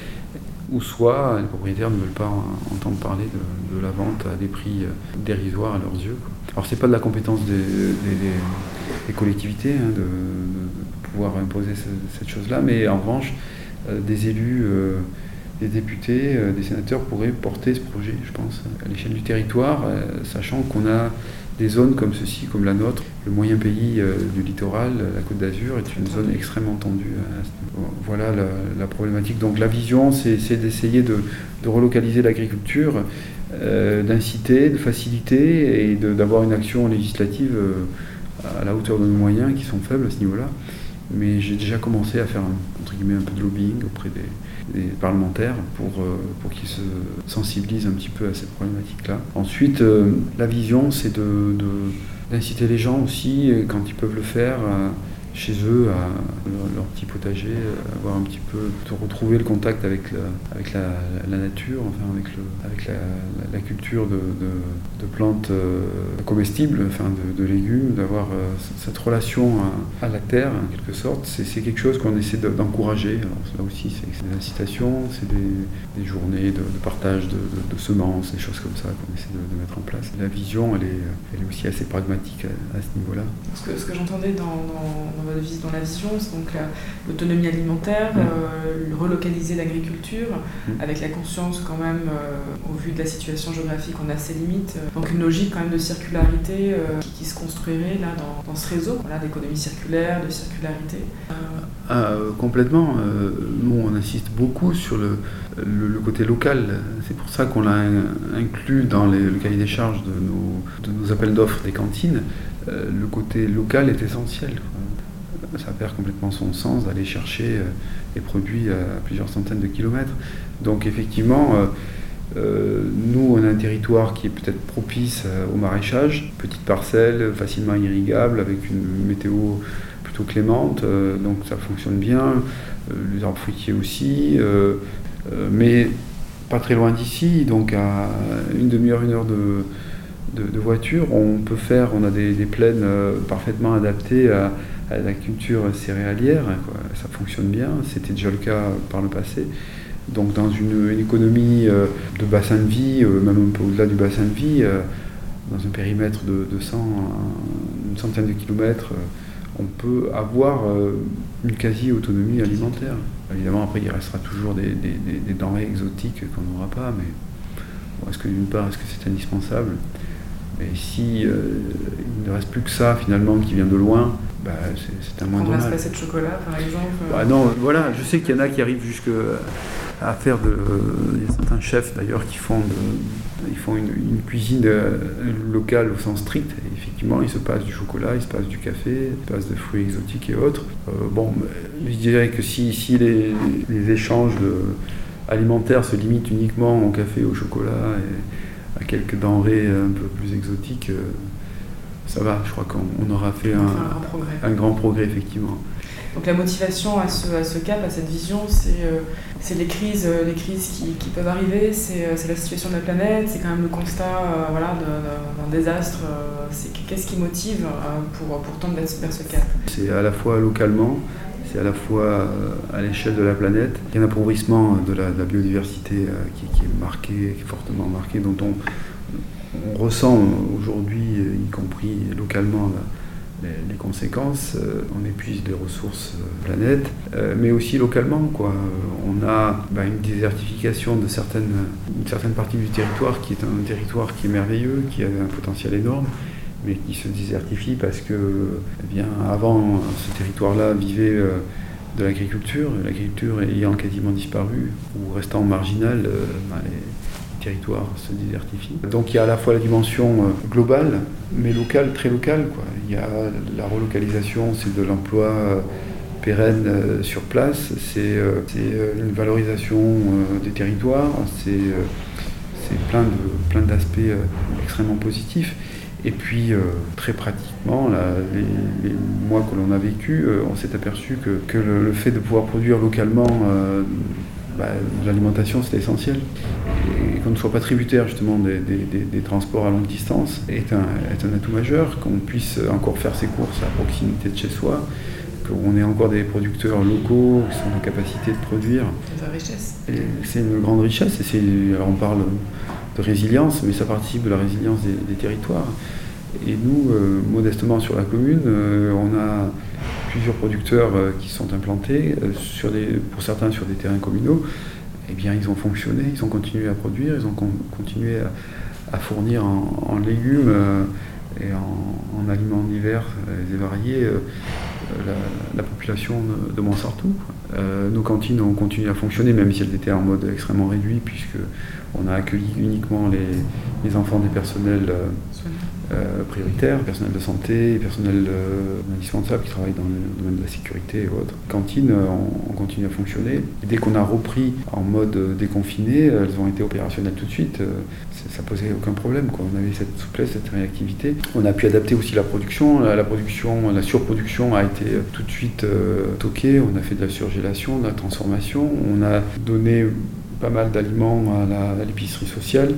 ou soit les propriétaires ne veulent pas en, entendre parler de, de la vente à des prix dérisoires à leurs yeux, quoi. Alors c'est pas de la compétence des, des, des collectivités hein, de, de pouvoir imposer ce, cette chose-là, mais en revanche, euh, des élus... Euh, des députés, euh, des sénateurs pourraient porter ce projet, je pense, à l'échelle du territoire, euh, sachant qu'on a des zones comme ceci, comme la nôtre. Le moyen pays euh, du littoral, la Côte d'Azur, est une zone extrêmement tendue. Euh, voilà la, la problématique. Donc la vision, c'est, c'est d'essayer de, de relocaliser l'agriculture, euh, d'inciter, de faciliter et de, d'avoir une action législative euh, à la hauteur de nos moyens qui sont faibles à ce niveau-là. Mais j'ai déjà commencé à faire entre guillemets un peu de lobbying auprès des des parlementaires pour, euh, pour qu'ils se sensibilisent un petit peu à cette problématique-là. Ensuite, euh, la vision, c'est de, de, d'inciter les gens aussi, quand ils peuvent le faire, à, chez eux, à leur, leur petit potager, à avoir un petit peu, de retrouver le contact avec la, avec la, la nature, enfin avec, le, avec la, la, la culture de, de, de plantes euh, comestibles, enfin de, de légumes, d'avoir euh, cette relation à, à la terre, en quelque sorte. C'est, c'est quelque chose qu'on essaie de, d'encourager. Alors là aussi, c'est, c'est des incitations, c'est des, des journées de, de partage de, de, de semences, des choses comme ça qu'on essaie de, de mettre en place. La vision, elle est, elle est aussi assez pragmatique à, à ce niveau-là. Ce que, ce que j'entendais dans, dans, dans votre vis- dans la vision, c'est donc la- l'autonomie alimentaire, Mmh. euh, relocaliser l'agriculture, Mmh. avec la conscience quand même, euh, au vu de la situation géographique, on a ses limites. euh, donc une logique quand même de circularité euh, qui, qui se construirait là dans, dans ce réseau, voilà, d'économie circulaire, de circularité. Euh, Ah, euh, complètement. Euh, nous, on insiste beaucoup sur le, le, le côté local. C'est pour ça qu'on l'a in- inclus dans les- le cahier des charges de nos, de nos appels d'offres des cantines. Euh, le côté local est essentiel. Euh, Ça perd complètement son sens d'aller chercher euh, des produits à plusieurs centaines de kilomètres. Donc effectivement, euh, euh, nous, on a un territoire qui est peut-être propice euh, au maraîchage. Petite parcelle, facilement irrigable, avec une météo plutôt clémente, euh, donc ça fonctionne bien. Euh, les arbres fruitiers aussi, euh, euh, mais pas très loin d'ici, donc à une demi-heure, une heure de, de, de voiture, on peut faire, on a des, des plaines euh, parfaitement adaptées à, à la culture céréalière, quoi. Ça fonctionne bien, c'était déjà le cas par le passé. Donc dans une, une économie euh, de bassin de vie, euh, même un peu au-delà du bassin de vie, euh, dans un périmètre de, de cent, une centaine de kilomètres, euh, on peut avoir euh, une quasi-autonomie alimentaire. Évidemment, après, il restera toujours des, des, des, des denrées exotiques qu'on n'aura pas, mais bon, est-ce que d'une part, est-ce que c'est indispensable? Mais si euh, il ne reste plus que ça, finalement, qui vient de loin, bah, c'est, c'est un moindre on mal. reste passer de chocolat, par exemple. Bah non, voilà, je sais qu'il y en a qui arrivent jusque à faire de... Il y a certains chefs, d'ailleurs, qui font, de, ils font une, une cuisine euh, locale au sens strict. Et effectivement, il se passe du chocolat, il se passe du café, il se passe de fruits exotiques et autres. Euh, bon, je dirais que si, si les, les échanges de, alimentaires se limitent uniquement au café, au chocolat et à quelques denrées un peu plus exotiques, euh, ça va, je crois qu'on aura fait un, un, grand progrès. un grand progrès, effectivement. Donc la motivation à ce, à ce cap, à cette vision, c'est, euh, c'est les crises, euh, les crises qui, qui peuvent arriver, c'est, euh, c'est la situation de la planète, c'est quand même le constat euh, voilà, de, de, d'un désastre. Euh, c'est, qu'est-ce qui motive euh, pour, pour tendre vers ce cap? C'est à la fois localement, c'est à la fois euh, à l'échelle de la planète. Il y a un appauvrissement de la, de la biodiversité euh, qui, qui est marqué, qui est fortement marqué, dont on, on ressent aujourd'hui, y compris localement, la, Les, les conséquences, euh, on épuise les ressources euh, planète, euh, mais aussi localement, quoi. On a bah, une désertification de certaines, une certaine partie du territoire qui est un territoire qui est merveilleux, qui a un potentiel énorme, mais qui se désertifie parce que, eh bien, avant, ce territoire-là vivait euh, de l'agriculture, l'agriculture ayant quasiment disparu ou restant marginale, euh, bah, les, territoire se désertifie. Donc il y a à la fois la dimension euh, globale, mais locale, très locale, quoi. Il y a la relocalisation, c'est de l'emploi euh, pérenne euh, sur place, c'est, euh, c'est euh, une valorisation euh, des territoires, c'est, euh, c'est plein, de, plein d'aspects euh, extrêmement positifs. Et puis euh, très pratiquement, là, les, les mois que l'on a vécu, euh, on s'est aperçu que, que le, le fait de pouvoir produire localement euh, bah, l'alimentation, c'est essentiel. Et qu'on ne soit pas tributaire justement des, des, des, des transports à longue distance est un, est un atout majeur, qu'on puisse encore faire ses courses à proximité de chez soi, qu'on ait encore des producteurs locaux qui sont en capacité de produire. C'est une richesse. Et c'est une grande richesse. Et c'est, alors on parle de résilience, mais ça participe de la résilience des, des territoires. Et nous, euh, modestement sur la commune, euh, on a plusieurs producteurs euh, qui sont implantés, euh, sur des, pour certains sur des terrains communaux. Eh bien, ils ont fonctionné, ils ont continué à produire, ils ont con- continué à, à fournir en, en légumes euh, et en, en aliments divers euh, et variés euh, la, la population de, de Montsartou. Euh, nos cantines ont continué à fonctionner, même si elles étaient en mode extrêmement réduit, puisque on a accueilli uniquement les, les enfants des personnels euh, euh, prioritaires, personnel de santé, personnel euh, indispensable qui travaillent dans le domaine de la sécurité et autres. Les cantines euh, ont, ont continué à fonctionner. Et dès qu'on a repris en mode euh, déconfiné, elles ont été opérationnelles tout de suite. Euh, ça posait aucun problème, quoi. On avait cette souplesse, cette réactivité. On a pu adapter aussi la production. La, la production, la surproduction a été euh, tout de suite euh, toquée. On a fait de la surgélation, de la transformation. On a donné pas mal d'aliments à, la, à l'épicerie sociale.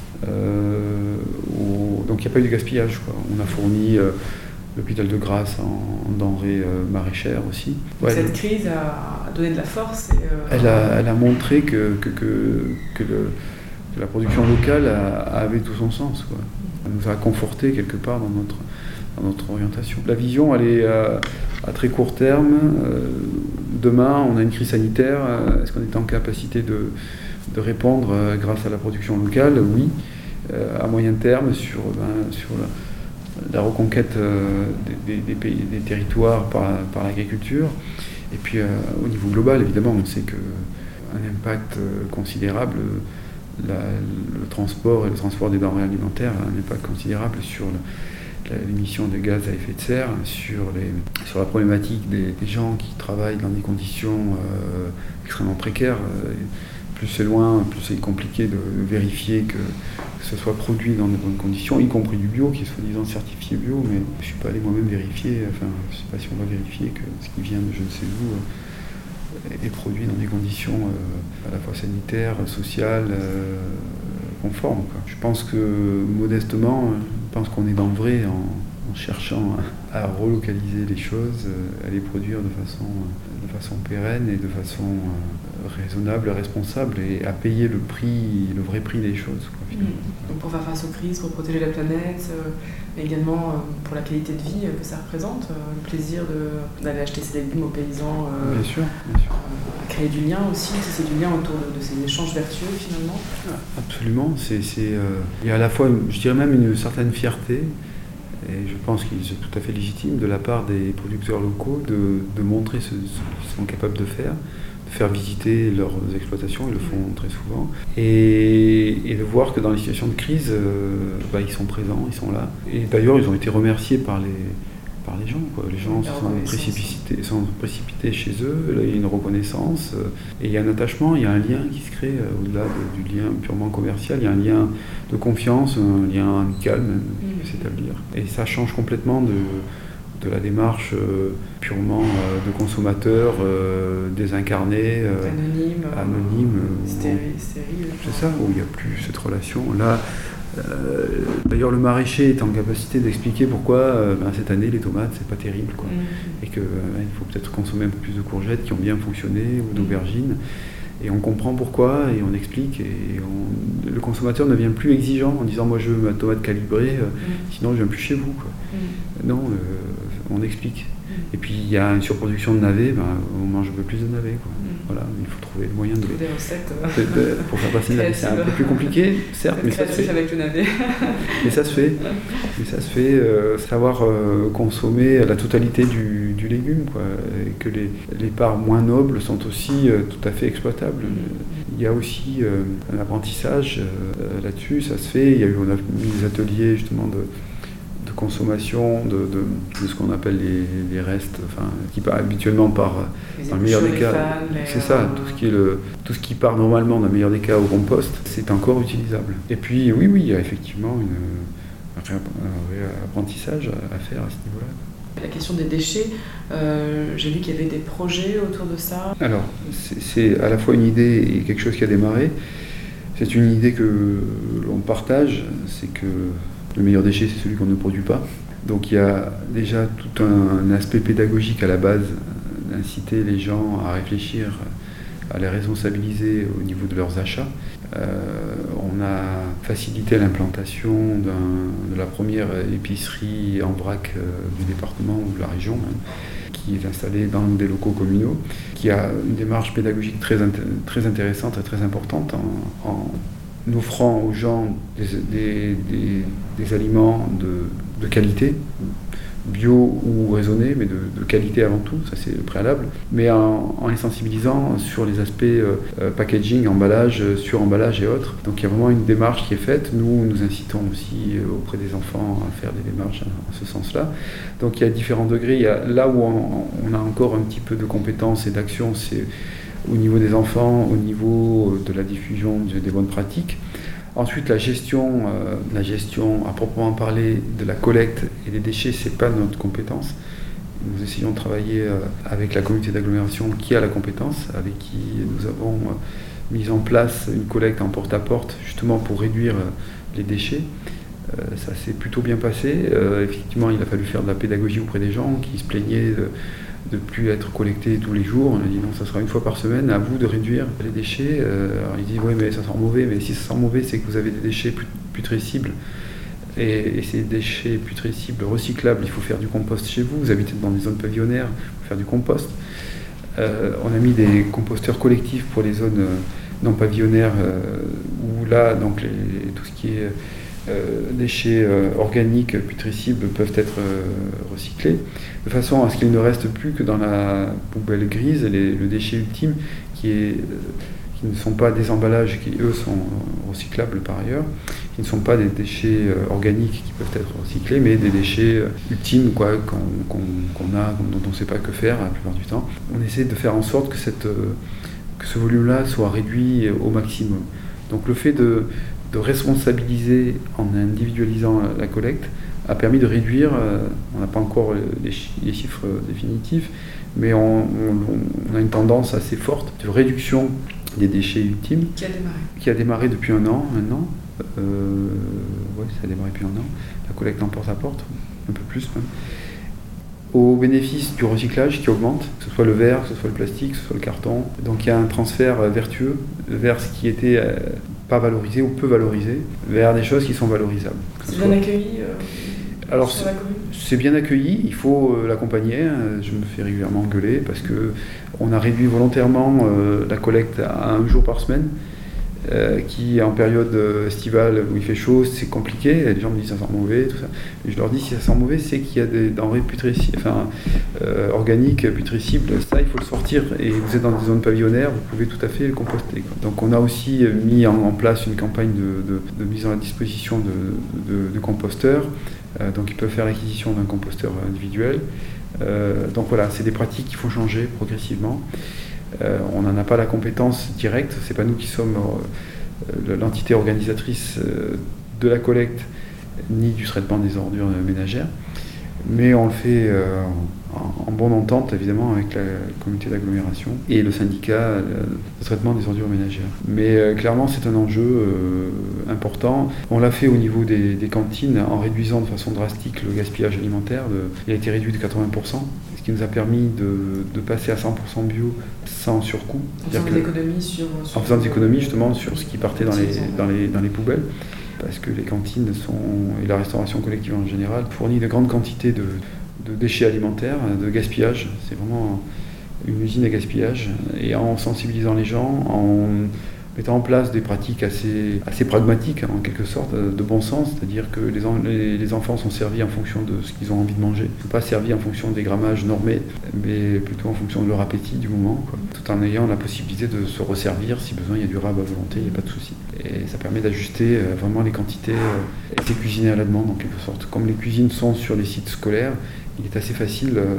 Euh, au, donc il n'y a pas eu de gaspillage, quoi. On a fourni euh, l'hôpital de Grasse en, en denrées euh, maraîchères aussi. Ouais, cette le, crise a donné de la force. Et, euh, elle, a, elle a montré que, que, que, que, le, que la production locale a, avait tout son sens, quoi. Elle nous a conforté quelque part dans notre, dans notre orientation. La vision, elle est à, à très court terme. Euh, demain, on a une crise sanitaire. Est-ce qu'on est en capacité de, de répondre euh, grâce à la production locale? Oui. Euh, à moyen terme, sur, ben, sur la, la reconquête euh, des, des, pays, des territoires par, par l'agriculture. Et puis, euh, au niveau global, évidemment, on sait qu'un impact euh, considérable. La, le transport et le transport des denrées alimentaires a un impact considérable sur le, la, l'émission de gaz à effet de serre, sur, les, sur la problématique des, des gens qui travaillent dans des conditions euh, extrêmement précaires. Plus c'est loin, plus c'est compliqué de vérifier que, que ce soit produit dans de bonnes conditions, y compris du bio, qui est soi-disant certifié bio, mais je ne suis pas allé moi-même vérifier, enfin je ne sais pas si on va vérifier que ce qui vient de je ne sais où est produit dans des conditions euh, à la fois sanitaires, sociales, euh, conformes, quoi. Je pense que, modestement, je pense qu'on est dans le vrai en, en cherchant à, à relocaliser les choses, à les produire de façon, de façon pérenne et de façon euh, raisonnable, responsable, et à payer le prix, le vrai prix des choses, quoi, finalement. Mmh. Donc pour faire face aux crises, pour protéger la planète, euh, mais également euh, pour la qualité de vie que ça représente, euh, le plaisir de, d'aller acheter ses légumes aux paysans, euh, bien sûr, bien sûr. Euh, créer du lien aussi, si c'est du lien autour de, de ces échanges vertueux finalement. Absolument, c'est, c'est, euh, il y a à la fois, je dirais même une certaine fierté, et je pense qu'il est tout à fait légitime de la part des producteurs locaux de, de montrer ce, ce qu'ils sont capables de faire, de faire visiter leurs exploitations, ils le font très souvent, et, et de voir que dans les situations de crise, euh, bah, ils sont présents, ils sont là. Et d'ailleurs, ils ont été remerciés par les, par les gens, quoi. Les gens se sont précipités, sont précipités chez eux, là, il y a une reconnaissance, euh, et il y a un attachement, il y a un lien qui se crée, euh, au-delà de, du lien purement commercial, il y a un lien de confiance, un lien amical même, qui peut s'établir. Et ça change complètement de, de la démarche euh, purement euh, de consommateur, euh, désincarné, euh, anonyme, anonyme euh, stérile, stérile. C'est ça, où il n'y a plus cette relation. Là, Euh, d'ailleurs, le maraîcher est en capacité d'expliquer pourquoi euh, ben, cette année les tomates c'est pas terrible, quoi. Mmh. Et qu'il euh, faut peut-être consommer un peu plus de courgettes qui ont bien fonctionné ou d'aubergines. Et on comprend pourquoi et on explique. Et on, le consommateur ne vient plus exigeant en disant moi je veux ma tomate calibrée, euh, mmh. sinon je viens plus chez vous, quoi. Mmh. Non, euh, on explique. Et puis il y a une surproduction de navets, ben, on mange un peu plus de navets, quoi. Mmh. Voilà, il faut trouver le moyen de les recettes de, de, pour faire passer le navet. C'est un peu plus compliqué, certes, mais ça se fait. Avec le navet. mais ça se fait. Mais ça se fait. Euh, savoir euh, consommer la totalité du, du légume, quoi, et que les, les parts moins nobles sont aussi euh, tout à fait exploitables. Mmh. Il y a aussi euh, un apprentissage euh, là-dessus, ça se fait. Il y a eu, on a mis des ateliers justement de de consommation de, de, de ce qu'on appelle les, les restes, enfin, qui part habituellement par, dans le meilleur des cas, fans, c'est ça, euh... tout, ce qui est le, tout ce qui part normalement dans le meilleur des cas au compost, c'est encore utilisable. Et puis oui, oui, il y a effectivement une, un, un apprentissage à faire à ce niveau-là. La question des déchets, euh, j'ai vu qu'il y avait des projets autour de ça. Alors, c'est, c'est à la fois une idée et quelque chose qui a démarré. C'est une idée que l'on partage, c'est que le meilleur déchet, c'est celui qu'on ne produit pas. Donc il y a déjà tout un, un aspect pédagogique à la base, d'inciter les gens à réfléchir, à les responsabiliser au niveau de leurs achats. Euh, on a facilité l'implantation d'un, de la première épicerie en vrac euh, du département ou de la région, hein, qui est installée dans des locaux communaux, qui a une démarche pédagogique très, int- très intéressante et très importante en, en offrant aux gens des, des, des, des aliments de, de qualité, bio ou raisonnés, mais de, de qualité avant tout, ça c'est le préalable, mais en, en les sensibilisant sur les aspects euh, packaging, emballage, sur-emballage et autres. Donc il y a vraiment une démarche qui est faite. Nous, nous incitons aussi auprès des enfants à faire des démarches en ce sens-là. Donc il y a différents degrés. Il y a, là où on, on a encore un petit peu de compétences et d'action, c'est au niveau des enfants, au niveau de la diffusion des bonnes pratiques. Ensuite, la gestion, euh, la gestion à proprement parler de la collecte et des déchets, ce n'est pas notre compétence. Nous essayons de travailler euh, avec la communauté d'agglomération qui a la compétence, avec qui nous avons euh, mis en place une collecte en porte-à-porte, justement pour réduire euh, les déchets. Euh, ça s'est plutôt bien passé. Euh, effectivement, il a fallu faire de la pédagogie auprès des gens qui se plaignaient de de ne plus être collecté tous les jours. On a dit non, ça sera une fois par semaine, à vous de réduire les déchets. Euh, alors il dit oui, mais ça sent mauvais, mais si ça sent mauvais, c'est que vous avez des déchets putrescibles Et, et ces déchets putrescibles recyclables, il faut faire du compost chez vous. Vous habitez dans des zones pavillonnaires, il faut faire du compost. Euh, on a mis des composteurs collectifs pour les zones euh, non pavillonnaires euh, où là, donc les, tout ce qui est euh, déchets euh, organiques putrescibles peuvent être euh, recyclés, de façon à ce qu'il ne reste plus que dans la poubelle grise les, le déchet ultime qui est... Euh, qui ne sont pas des emballages qui, eux, sont recyclables par ailleurs, qui ne sont pas des déchets euh, organiques qui peuvent être recyclés, mais des déchets euh, ultimes quoi, qu'on, qu'on, qu'on a, dont on ne sait pas que faire la plupart du temps. On essaie de faire en sorte que, cette, euh, que ce volume-là soit réduit au maximum. Donc le fait de, de responsabiliser en individualisant la, la collecte a permis de réduire, euh, on n'a pas encore les, les chiffres définitifs, mais on, on, on a une tendance assez forte de réduction des déchets ultimes. Qui a démarré Qui a démarré depuis un an, maintenant. Euh, oui, ça a démarré depuis un an. La collecte en porte-à-porte, un peu plus même. Au bénéfice du recyclage qui augmente, que ce soit le verre, que ce soit le plastique, que ce soit le carton. Donc il y a un transfert vertueux vers ce qui était euh, pas valorisé ou peu valorisé, vers des choses qui sont valorisables. C'est bien accueilli euh, Alors, sur la commune ? C'est bien accueilli, il faut euh, l'accompagner. Je me fais régulièrement engueuler parce qu'on a réduit volontairement euh, la collecte à un jour par semaine, euh, qui en période estivale où il fait chaud, c'est compliqué. Les gens me disent ça sent mauvais, tout ça. Et je leur dis si ça sent mauvais, c'est qu'il y a des denrées putrescibles, enfin, euh, organiques, putrescibles. Ça, il faut le sortir. Et vous êtes dans des zones pavillonnaires, vous pouvez tout à fait le composter, quoi. Donc on a aussi mis en, en place une campagne de, de, de mise à disposition de, de, de composteurs. Euh, donc ils peuvent faire l'acquisition d'un composteur individuel. Euh, donc voilà, c'est des pratiques qu'il faut changer progressivement. Euh, on n'en a pas la compétence directe, c'est pas nous qui sommes euh, l'entité organisatrice euh, de la collecte ni du traitement des ordures ménagères, mais on le fait euh, en, en bonne entente évidemment avec la communauté d'agglomération et le syndicat euh, de traitement des ordures ménagères. Mais euh, clairement c'est un enjeu euh, important. On l'a fait au niveau des, des cantines en réduisant de façon drastique le gaspillage alimentaire. De, il a été réduit de quatre-vingts pour cent, ce qui nous a permis de, de passer à cent pour cent bio sans surcoût. En faisant des économies sur, sur... En faisant des économies justement sur ce qui partait dans les, dans les, dans les poubelles. Parce que les cantines sont, et la restauration collective en général fournit de grandes quantités de, de déchets alimentaires, de gaspillage. C'est vraiment une usine à gaspillage. Et en sensibilisant les gens, en mettant en place des pratiques assez, assez pragmatiques, en quelque sorte, de bon sens, c'est-à-dire que les, en, les, les enfants sont servis en fonction de ce qu'ils ont envie de manger. Ils ne sont pas servis en fonction des grammages normés, mais plutôt en fonction de leur appétit du moment, quoi. Tout en ayant la possibilité de se resservir si besoin, il y a du rab à volonté, il n'y a pas de souci. Et ça permet d'ajuster euh, vraiment les quantités euh, et c'est cuisiné à la demande en quelque sorte. Comme les cuisines sont sur les sites scolaires, il est assez facile euh,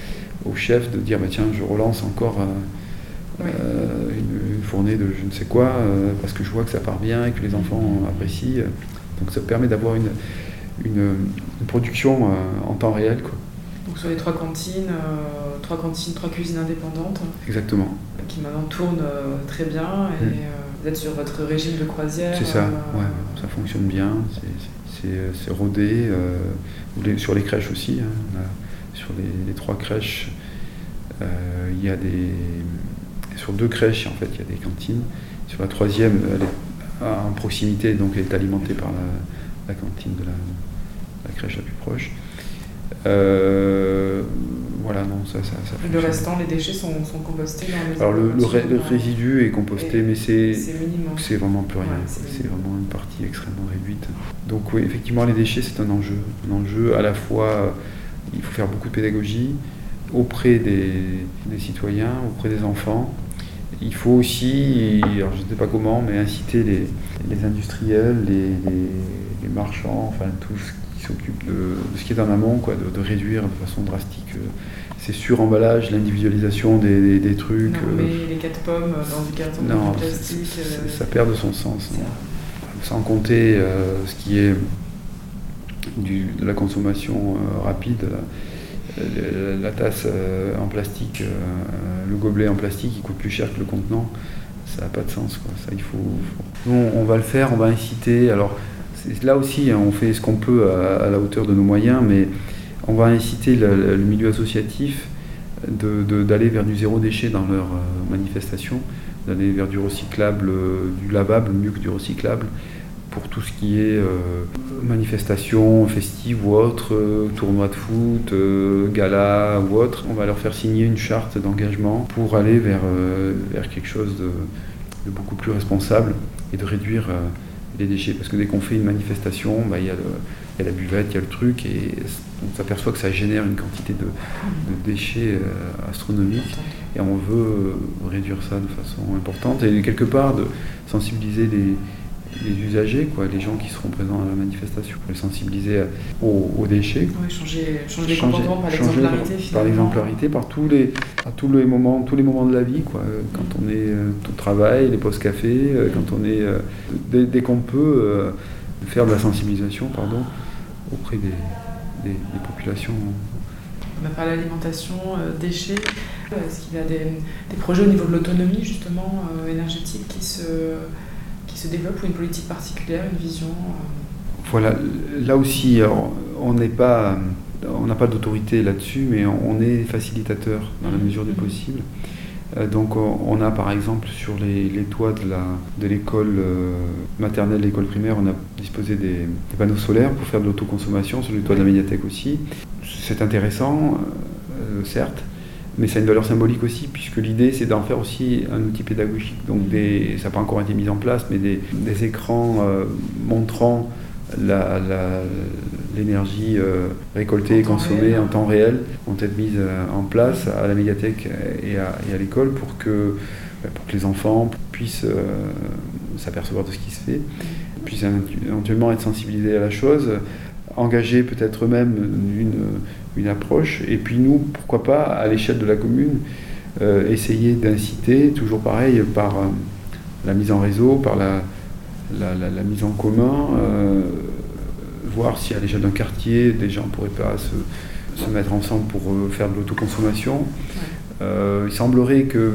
au chef de dire bah, tiens, je relance encore euh, oui. euh, une, une fournée de je ne sais quoi euh, parce que je vois que ça part bien et que les enfants apprécient. Donc ça permet d'avoir une, une, une production euh, en temps réel, quoi. Donc sur les trois cantines, euh, trois cantines, trois cuisines indépendantes. Exactement. Qui maintenant tournent euh, très bien et mmh. euh, vous êtes sur votre régime de croisière. C'est ça, euh, ouais, ça fonctionne bien, c'est, c'est, c'est rodé. Euh, les, sur les crèches aussi, hein, on a, sur les, les trois crèches, euh, il y a des. Sur deux crèches, en fait, il y a des cantines. Sur la troisième, elle est en proximité, donc elle est alimentée par la, la cantine de la, la crèche la plus proche. Euh, voilà, non, ça, ça, ça Le restant, les déchets sont, sont compostés dans les... Alors le, le, ré, le résidu est composté, et mais c'est, c'est, c'est vraiment plus rien. Ouais, c'est, c'est vraiment une partie extrêmement réduite. Donc oui, effectivement, les déchets, c'est un enjeu. Un enjeu à la fois, il faut faire beaucoup de pédagogie auprès des, des citoyens, auprès des enfants. Il faut aussi, alors je ne sais pas comment, mais inciter les, les industriels, les, les, les marchands, enfin tout ce qui s'occupe de, de ce qui est en amont, quoi, de, de réduire de façon drastique ces suremballages, l'individualisation des, des, des trucs. Non, mais euh, les quatre pommes dans du carton, non, du plastique... Ça, ça, ça perd de son sens. Sans compter euh, ce qui est du, de la consommation euh, rapide, la, la tasse euh, en plastique, euh, le gobelet en plastique, il coûte plus cher que le contenant. Ça n'a pas de sens, quoi. Ça, il faut, faut... Nous, on va le faire, on va inciter. Alors, c'est, là aussi, hein, on fait ce qu'on peut à, à la hauteur de nos moyens, mais on va inciter le, le milieu associatif de, de, d'aller vers du zéro déchet dans leurs euh, manifestations, d'aller vers du recyclable, euh, du lavable mieux que du recyclable, pour tout ce qui est euh, manifestations festives ou autres, euh, tournois de foot, euh, galas ou autres. On va leur faire signer une charte d'engagement pour aller vers, euh, vers quelque chose de, de beaucoup plus responsable et de réduire euh, les déchets. Parce que dès qu'on fait une manifestation, bah, il y a le, il y a la buvette, il y a le truc, et on s'aperçoit que ça génère une quantité de, de déchets euh, astronomiques, et on veut euh, réduire ça de façon importante, et quelque part de sensibiliser les, les usagers, quoi, les gens qui seront présents à la manifestation, les sensibiliser aux, aux déchets. Oui, changer, changer les comportements par l'exemplarité, finalement. Par l'exemplarité, par tous les, à tous les moments, tous les moments de la vie, quoi. Quand on est euh, au travail, les pauses café, euh, quand on est, euh, dès, dès qu'on peut euh, faire de la sensibilisation, pardon, auprès des, des, des populations. On a parlé d'alimentation, euh, déchets. Est-ce qu'il y a des, des projets au niveau de l'autonomie, justement, euh, énergétique qui se, qui se développent, ou une politique particulière, une vision euh... Voilà, là aussi, alors, on n'est pas, on n'a pas d'autorité là-dessus, mais on est facilitateur dans la mesure du possible. Donc on a par exemple sur les, les toits de, la, de l'école euh, maternelle, l'école primaire, on a disposé des, des panneaux solaires pour faire de l'autoconsommation, sur les toits de la médiathèque aussi. C'est intéressant, euh, certes, mais ça a une valeur symbolique aussi, puisque l'idée c'est d'en faire aussi un outil pédagogique. Donc des, ça n'a pas encore été mis en place, mais des, des écrans euh, montrant La, la, l'énergie euh, récoltée et consommée en temps réel ont été mises euh, en place à la médiathèque et à, et à l'école pour que, pour que les enfants puissent euh, s'apercevoir de ce qui se fait, puissent éventuellement être sensibilisés à la chose, engager peut-être même une, une approche, et puis nous, pourquoi pas, à l'échelle de la commune, euh, essayer d'inciter, toujours pareil, par euh, la mise en réseau, par la La, la, la mise en commun, euh, voir si à l'échelle d'un quartier, des gens ne pourraient pas se, se mettre ensemble pour euh, faire de l'autoconsommation. Euh, il semblerait que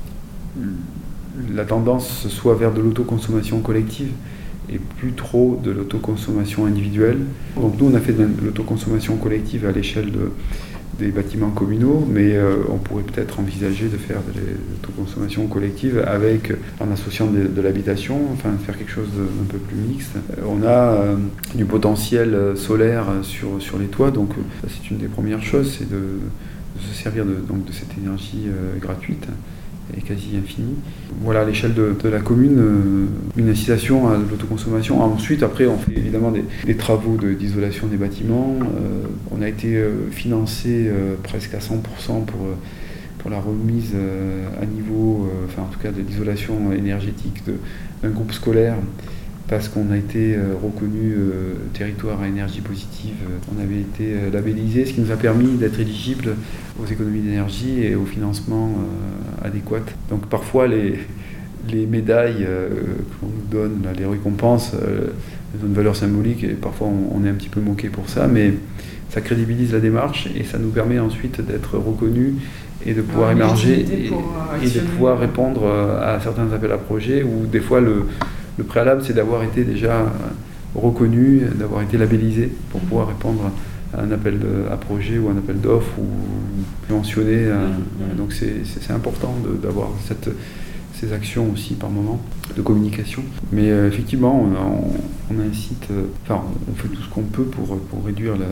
la tendance soit vers de l'autoconsommation collective et plus trop de l'autoconsommation individuelle. Donc nous, on a fait de l'autoconsommation collective à l'échelle de, des bâtiments communaux, mais euh, on pourrait peut-être envisager de faire de l'autoconsommation collective avec, en associant de, de l'habitation, enfin de faire quelque chose d'un peu plus mixte. On a euh, du potentiel solaire sur, sur les toits, donc euh, c'est une des premières choses, c'est de, de se servir de, donc, de cette énergie euh, gratuite et quasi infinie. Voilà, à l'échelle de, de la commune, euh, une incitation à l'autoconsommation. Ensuite, après, on fait évidemment des, des travaux de, d'isolation des bâtiments. Euh, on a été euh, financé euh, presque à cent pour cent pour, euh, pour la remise euh, à niveau, euh, enfin en tout cas de l'isolation énergétique de, d'un groupe scolaire, parce qu'on a été euh, reconnu euh, territoire à énergie positive. On avait été euh, labellisé, ce qui nous a permis d'être éligible aux économies d'énergie et au financement euh, adéquat. Donc parfois les, les médailles euh, qu'on nous donne, là, les récompenses, euh, ont une valeur symbolique, et parfois on, on est un petit peu moqué pour ça, mais ça crédibilise la démarche et ça nous permet ensuite d'être reconnus et de pouvoir Alors, émerger et, pour, euh, et de pouvoir répondre à certains appels à projets où des fois le Le préalable, c'est d'avoir été déjà reconnu, d'avoir été labellisé pour pouvoir répondre à un appel de, à projet ou un appel d'offres ou mentionner. Un, donc c'est, c'est, c'est important de, d'avoir cette, ces actions aussi par moment de communication. Mais euh, effectivement, on, on incite, euh, enfin, on fait tout ce qu'on peut pour, pour réduire la,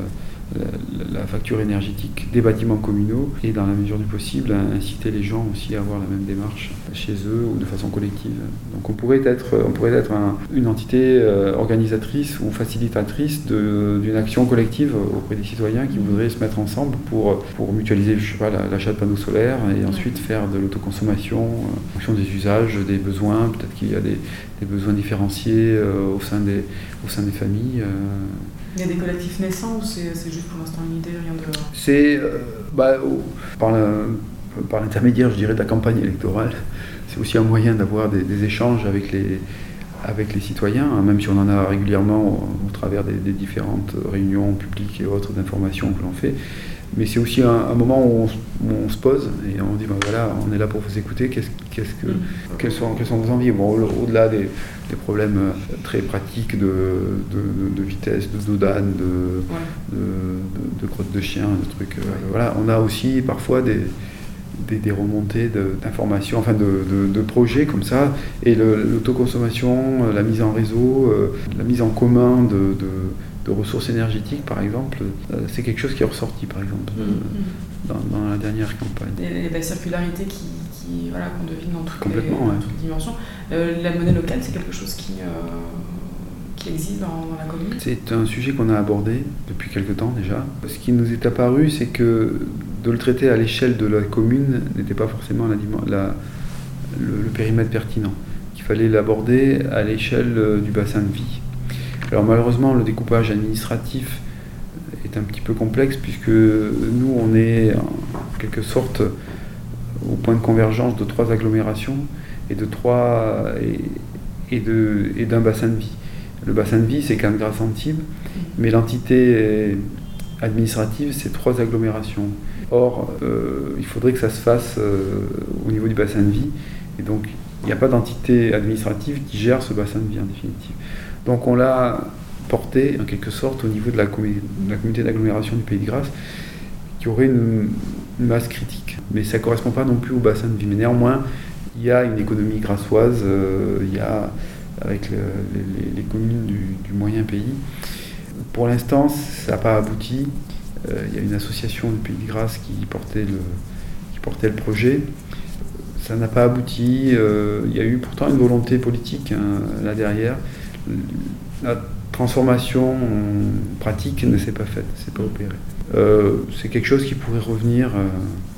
la, la facture énergétique des bâtiments communaux et dans la mesure du possible inciter les gens aussi à avoir la même démarche chez eux ou de façon collective. Donc on pourrait être, on pourrait être un, une entité euh, organisatrice ou facilitatrice de, d'une action collective auprès des citoyens qui voudraient se mettre ensemble pour, pour mutualiser, je sais pas, la, l'achat de panneaux solaires et ensuite faire de l'autoconsommation euh, en fonction des usages, des besoins. Peut-être qu'il y a des, des besoins différenciés euh, au sein des, au sein des familles. Euh, Il y a des collectifs naissants ou c'est, c'est juste pour l'instant une idée, rien de... C'est euh, bah, oh, par, la, par l'intermédiaire, je dirais, de la campagne électorale. C'est aussi un moyen d'avoir des, des échanges avec les, avec les citoyens, hein, même si on en a régulièrement au, au travers des, des différentes réunions publiques et autres d'informations que l'on fait. Mais c'est aussi un, un moment où on, où on se pose et on dit, ben voilà, on est là pour vous écouter, qu'est-ce, qu'est-ce que, mmh. quelles, sont, quelles sont vos envies. Bon, au, au-delà des, des problèmes très pratiques de, de, de vitesse, de dodane, de, ouais. de, de, de crotte de chien, de trucs, ouais. euh, voilà, on a aussi parfois des, des, des remontées de, d'informations, enfin de, de, de projets comme ça. Et le, l'autoconsommation, la mise en réseau, euh, la mise en commun de, de, de ressources énergétiques, par exemple, euh, c'est quelque chose qui est ressorti, par exemple, euh, mmh. dans, dans la dernière campagne. Et, et la circularité qui, qui, voilà, qu'on devine dans toutes, les, ouais. dans toutes les dimensions. Euh, la monnaie locale, c'est quelque chose qui... Euh... qui existe dans, dans la commune ? C'est un sujet qu'on a abordé depuis quelque temps déjà. Ce qui nous est apparu, c'est que de le traiter à l'échelle de la commune n'était pas forcément la, la, le, le périmètre pertinent. Il fallait l'aborder à l'échelle du bassin de vie. Alors malheureusement, le découpage administratif est un petit peu complexe puisque nous, on est en quelque sorte au point de convergence de trois agglomérations et, de trois, et, et, de, et d'un bassin de vie. Le bassin de vie, c'est Cannes-Grasse-Antibes, mais l'entité administrative, c'est trois agglomérations. Or, euh, il faudrait que ça se fasse euh, au niveau du bassin de vie, et donc il n'y a pas d'entité administrative qui gère ce bassin de vie en définitive. Donc on l'a porté en quelque sorte au niveau de la, commun- de la communauté d'agglomération du Pays de Grasse, qui aurait une, une masse critique. Mais ça ne correspond pas non plus au bassin de vie. Mais néanmoins, il y a une économie grassoise, euh, il y a... avec le, les, les communes du, du moyen pays. Pour l'instant, ça n'a pas abouti. Euh, il y a une association du Pays de Grasse qui portait le, qui portait le projet. Ça n'a pas abouti. Euh, il y a eu pourtant une volonté politique hein, là derrière. La transformation pratique ne s'est pas faite, ne s'est pas opérée. Euh, c'est quelque chose qui pourrait revenir... Euh,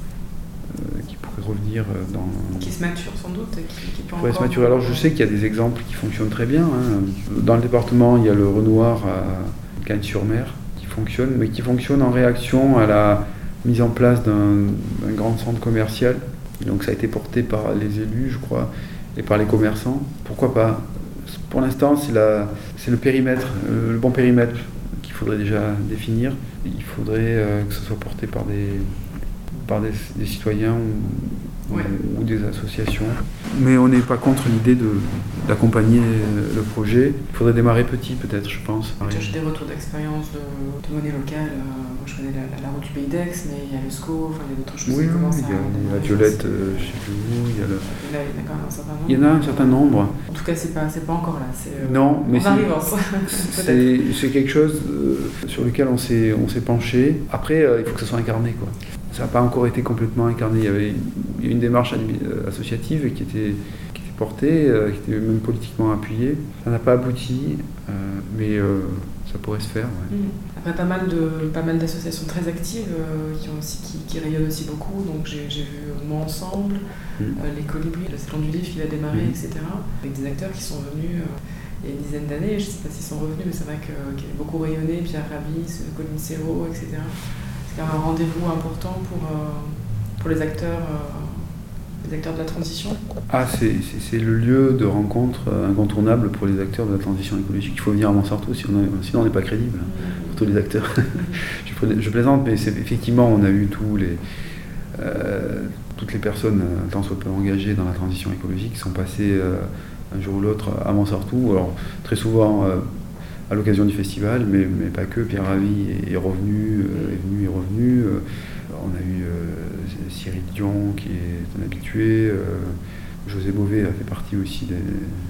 qui pourrait revenir dans... Qui se mature sans doute. Qui, qui peut pourrait encore... se maturer. Alors je sais qu'il y a des exemples qui fonctionnent très bien. Hein. Dans le département, il y a le Renoir à Cagnes-sur-Mer qui fonctionne, mais qui fonctionne en réaction à la mise en place d'un, d'un grand centre commercial. Donc ça a été porté par les élus, je crois, et par les commerçants. Pourquoi pas ? Pour l'instant, c'est, la, c'est le périmètre, euh, le bon périmètre qu'il faudrait déjà définir. Il faudrait euh, que ce soit porté par des... par des, des citoyens ou, ouais. ou, ou des associations. Mais on n'est pas contre l'idée de, d'accompagner le projet. Il faudrait démarrer petit peut-être, je pense. J'ai des retours d'expérience de, de monnaie locale. Euh, moi je connais la, la, la route du Pays d'Aix, mais il y a le S C O, enfin il y a d'autres choses oui, qui commencent à... Il y a la Violette, euh, je ne sais plus où. Il y, a le... Là, il y en a quand même un certain nombre. Il y en a un certain nombre. En tout cas, c'est pas, c'est pas encore là. C'est, euh, non, mais c'est, c'est, c'est quelque chose euh, sur lequel on s'est, on s'est penché. Après, euh, il faut que ça soit incarné, quoi. Ça n'a pas encore été complètement incarné. Il y avait il y a une démarche associative qui était, qui était portée, euh, qui était même politiquement appuyée. Ça n'a pas abouti, euh, mais euh, ça pourrait se faire. Ouais. Mmh. Après, pas mal, de, pas mal d'associations très actives euh, qui, ont aussi, qui, qui rayonnent aussi beaucoup. Donc, j'ai, j'ai vu Moi Ensemble, mmh. euh, Les Colibris, le Salon du Livre qui va démarrer, mmh. et cetera. Avec des acteurs qui sont venus euh, il y a une dizaine d'années. Je ne sais pas s'ils sont revenus, mais c'est vrai que, qu'ils avaient beaucoup rayonné. Pierre Rabhi, Colline Serrault, et cetera. C'est un rendez-vous important pour, euh, pour les acteurs, euh, les acteurs de la transition. Ah, c'est, c'est, c'est le lieu de rencontre incontournable pour les acteurs de la transition écologique. Il faut venir à Montsartou, sinon on n'est pas crédible, mmh. pour tous les acteurs. Mmh. je, je plaisante, mais c'est, effectivement, on a eu tous les, euh, toutes les personnes, tant soit peu engagées dans la transition écologique, qui sont passées euh, un jour ou l'autre à Montsartou. Alors, très souvent... Euh, à l'occasion du festival, mais, mais pas que. Pierre Rabhi est, est revenu, euh, est venu, est revenu. Euh, on a eu euh, Cyril Dion qui est un habitué. Euh, José Bové a fait partie aussi des,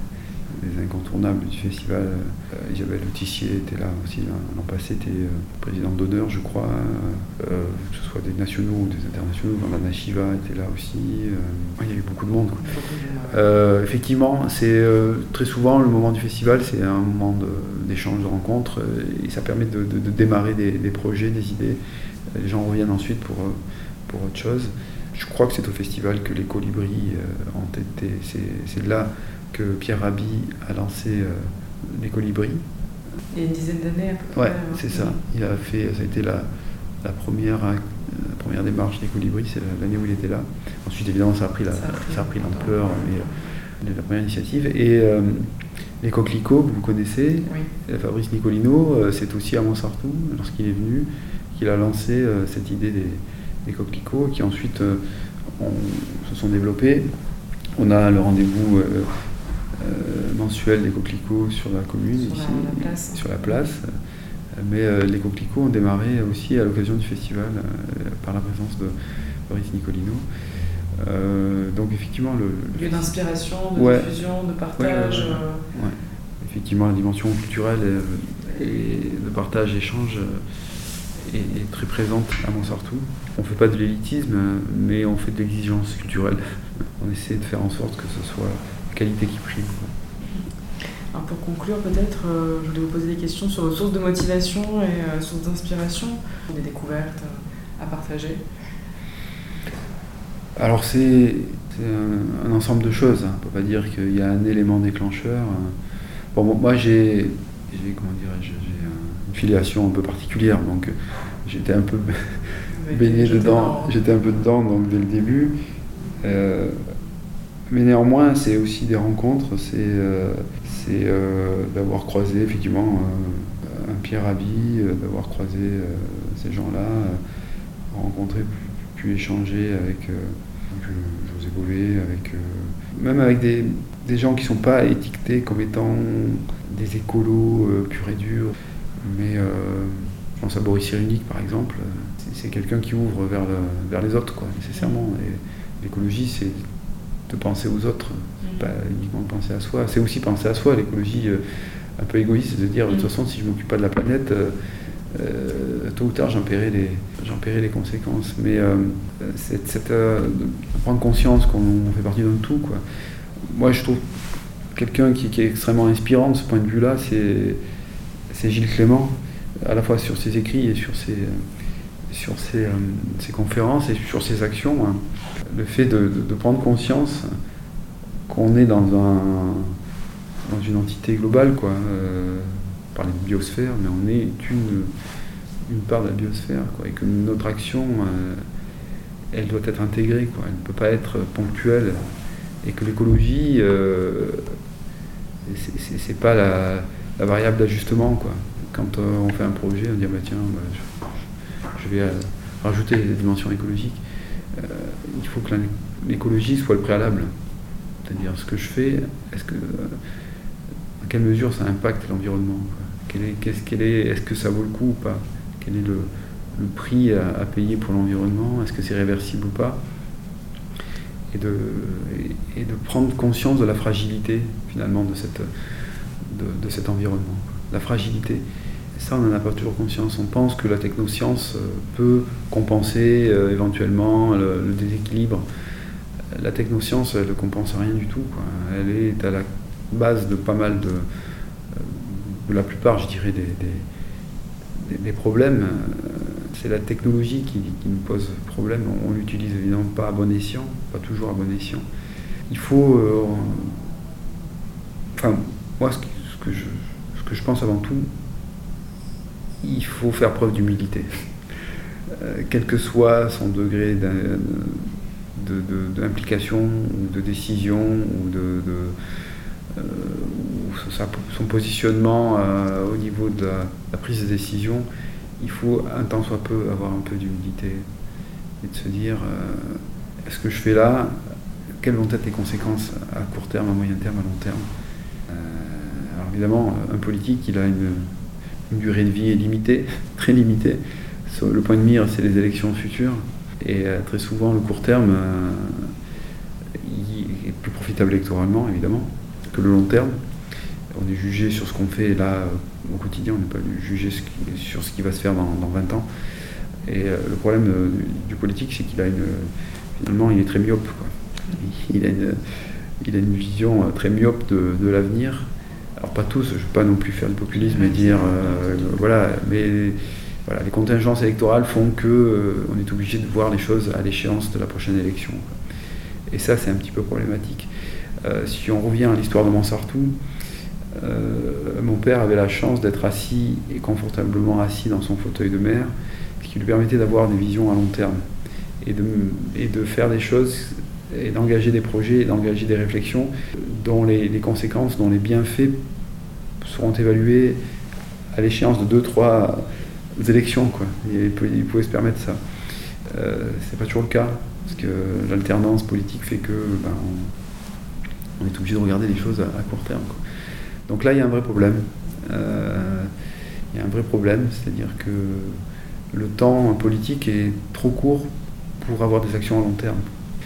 des incontournables du festival. Euh, Isabelle Autissier était là aussi l'an passé, était euh, présidente d'honneur, je crois. Euh, que ce soit des nationaux ou des internationaux. Vandana Shiva était là aussi. Euh, il y a eu beaucoup de monde. Quoi. Euh, effectivement, c'est euh, très souvent le moment du festival, c'est un moment de, d'échange, de rencontre, euh, et ça permet de, de, de démarrer des, des projets, des idées. Les gens reviennent ensuite pour, pour autre chose. Je crois que c'est au festival que les Colibris euh, ont été. C'est, c'est là que Pierre Rabhi a lancé euh, les Colibris. Il y a une dizaine d'années à peu près. Ouais, c'est ça. Il a fait, ça a été la, la, première, la première démarche des Colibris, c'est l'année où il était là. Ensuite, évidemment, ça a pris, la, ça a pris, ça a pris l'ampleur, mais euh, la première initiative. Et euh, les Coquelicots, que vous connaissez, oui. Fabrice Nicolino, euh, c'est aussi à Montsartou, lorsqu'il est venu, qu'il a lancé euh, cette idée des, des Coquelicots, qui ensuite euh, on, se sont développés. On a le rendez-vous euh, euh, mensuel des Coquelicots sur la commune, sur ici, la, la place. sur la place. Mais euh, les Coquelicots ont démarré aussi à l'occasion du festival, euh, par la présence de Fabrice Nicolino. Euh, donc effectivement, le, le... lieu d'inspiration, de ouais. diffusion, de partage. Ouais, ouais, ouais. Ouais. Effectivement, la dimension culturelle et, et de partage, échange est, est très présente à Montsartou. On ne fait pas de l'élitisme, mais on fait de l'exigence culturelle. On essaie de faire en sorte que ce soit la qualité qui prime. Alors pour conclure, peut-être, euh, je voulais vous poser des questions sur vos sources de motivation et euh, sources d'inspiration, des découvertes euh, à partager. Alors c'est, c'est un, un ensemble de choses. On ne peut pas dire qu'il y a un élément déclencheur. Bon, bon moi j'ai, j'ai, comment dirais-je, j'ai une filiation un peu particulière, donc j'étais un peu baigné dedans. Dans... J'étais un peu dedans donc dès le début. Euh, mais néanmoins, c'est aussi des rencontres. C'est, euh, c'est euh, d'avoir croisé effectivement euh, un Pierre Rabhi, euh, d'avoir croisé euh, ces gens-là, euh, rencontré, pu, pu échanger avec. Euh, José Bové, avec, euh, même avec des, des gens qui ne sont pas étiquetés comme étant des écolos euh, purs et durs. Mais euh, je pense à Boris Cyrulnik par exemple, c'est, c'est quelqu'un qui ouvre vers, le, vers les autres, quoi, nécessairement. Et l'écologie, c'est de penser aux autres, pas uniquement de penser à soi. C'est aussi penser à soi, l'écologie euh, un peu égoïste, c'est de dire de toute façon, si je ne m'occupe pas de la planète, euh, Euh, tôt ou tard j'en paierai les, j'en paierai les conséquences. Mais euh, c'est, c'est euh, de prendre conscience qu'on fait partie d'un tout, quoi. Moi je trouve quelqu'un qui, qui est extrêmement inspirant de ce point de vue-là, c'est, c'est Gilles Clément, à la fois sur ses écrits et sur ses, sur ses, euh, ses conférences et sur ses actions. Hein. Le fait de, de, de prendre conscience qu'on est dans, un, dans une entité globale, quoi. Euh, parler de biosphère, mais on est une, une part de la biosphère, quoi, et que notre action, euh, elle doit être intégrée, quoi, elle ne peut pas être ponctuelle, et que l'écologie, euh, c'est, c'est, c'est pas la, la variable d'ajustement, quoi. Quand euh, on fait un projet, on dit bah, tiens, bah, je, je vais euh, rajouter des dimensions écologiques. Euh, il faut que la, l'écologie soit le préalable, c'est-à-dire ce que je fais, est-ce que dans quelle mesure ça impacte l'environnement, quoi. Quel est, qu'est-ce qu'elle est, est-ce que ça vaut le coup ou pas? Quel est le, le prix à, à payer pour l'environnement? Est-ce que c'est réversible ou pas? Et de, et, et de prendre conscience de la fragilité, finalement, de, cette, de, de cet environnement, quoi. La fragilité. Et ça, on n'en a pas toujours conscience. On pense que la technoscience peut compenser euh, éventuellement le, le déséquilibre. La technoscience, elle ne compense rien du tout, quoi. Elle est à la base de pas mal de... de la plupart, je dirais, des, des, des problèmes. C'est la technologie qui, qui nous pose problème. On, on l'utilise évidemment pas à bon escient, pas toujours à bon escient. Il faut... Euh, enfin, moi, ce que, ce, que je, ce que je pense avant tout, il faut faire preuve d'humilité. Euh, quel que soit son degré de, de, d'implication, ou de décision, ou de... de Euh, ou sa, son positionnement euh, au niveau de la, la prise de décision, il faut un tant soit peu avoir un peu d'humilité et de se dire euh, est-ce que je fais là, quelles vont être les conséquences à court terme, à moyen terme, à long terme. Euh, alors évidemment, un politique, il a une, une durée de vie limitée, très limitée. Le point de mire, c'est les élections futures, et euh, très souvent le court terme euh, il est plus profitable électoralement, évidemment, que le long terme. On est jugé sur ce qu'on fait là au quotidien, on n'est pas jugé sur ce qui va se faire dans, dans vingt ans. Et euh, le problème euh, du, du politique, c'est qu'il a une, finalement, il est très myope, quoi. Il a une, il a une vision euh, très myope de, de l'avenir. Alors pas tous, je ne veux pas non plus faire du populisme et dire, euh, voilà, mais voilà, les contingences électorales font qu'on euh, est obligé de voir les choses à l'échéance de la prochaine élection, quoi. Et ça, c'est un petit peu problématique. Euh, si on revient à l'histoire de Montsartou, euh, mon père avait la chance d'être assis et confortablement assis dans son fauteuil de maire, ce qui lui permettait d'avoir des visions à long terme et de, et de faire des choses et d'engager des projets et d'engager des réflexions dont les, les conséquences, dont les bienfaits seront évalués à l'échéance de deux, trois élections, quoi. Il, il pouvait se permettre ça. Euh, c'est pas toujours le cas, parce que l'alternance politique fait que ben, on, on est obligé de regarder les choses à, à court terme, quoi. Donc là, il y a un vrai problème. Euh, il y a un vrai problème, c'est-à-dire que le temps politique est trop court pour avoir des actions à long terme.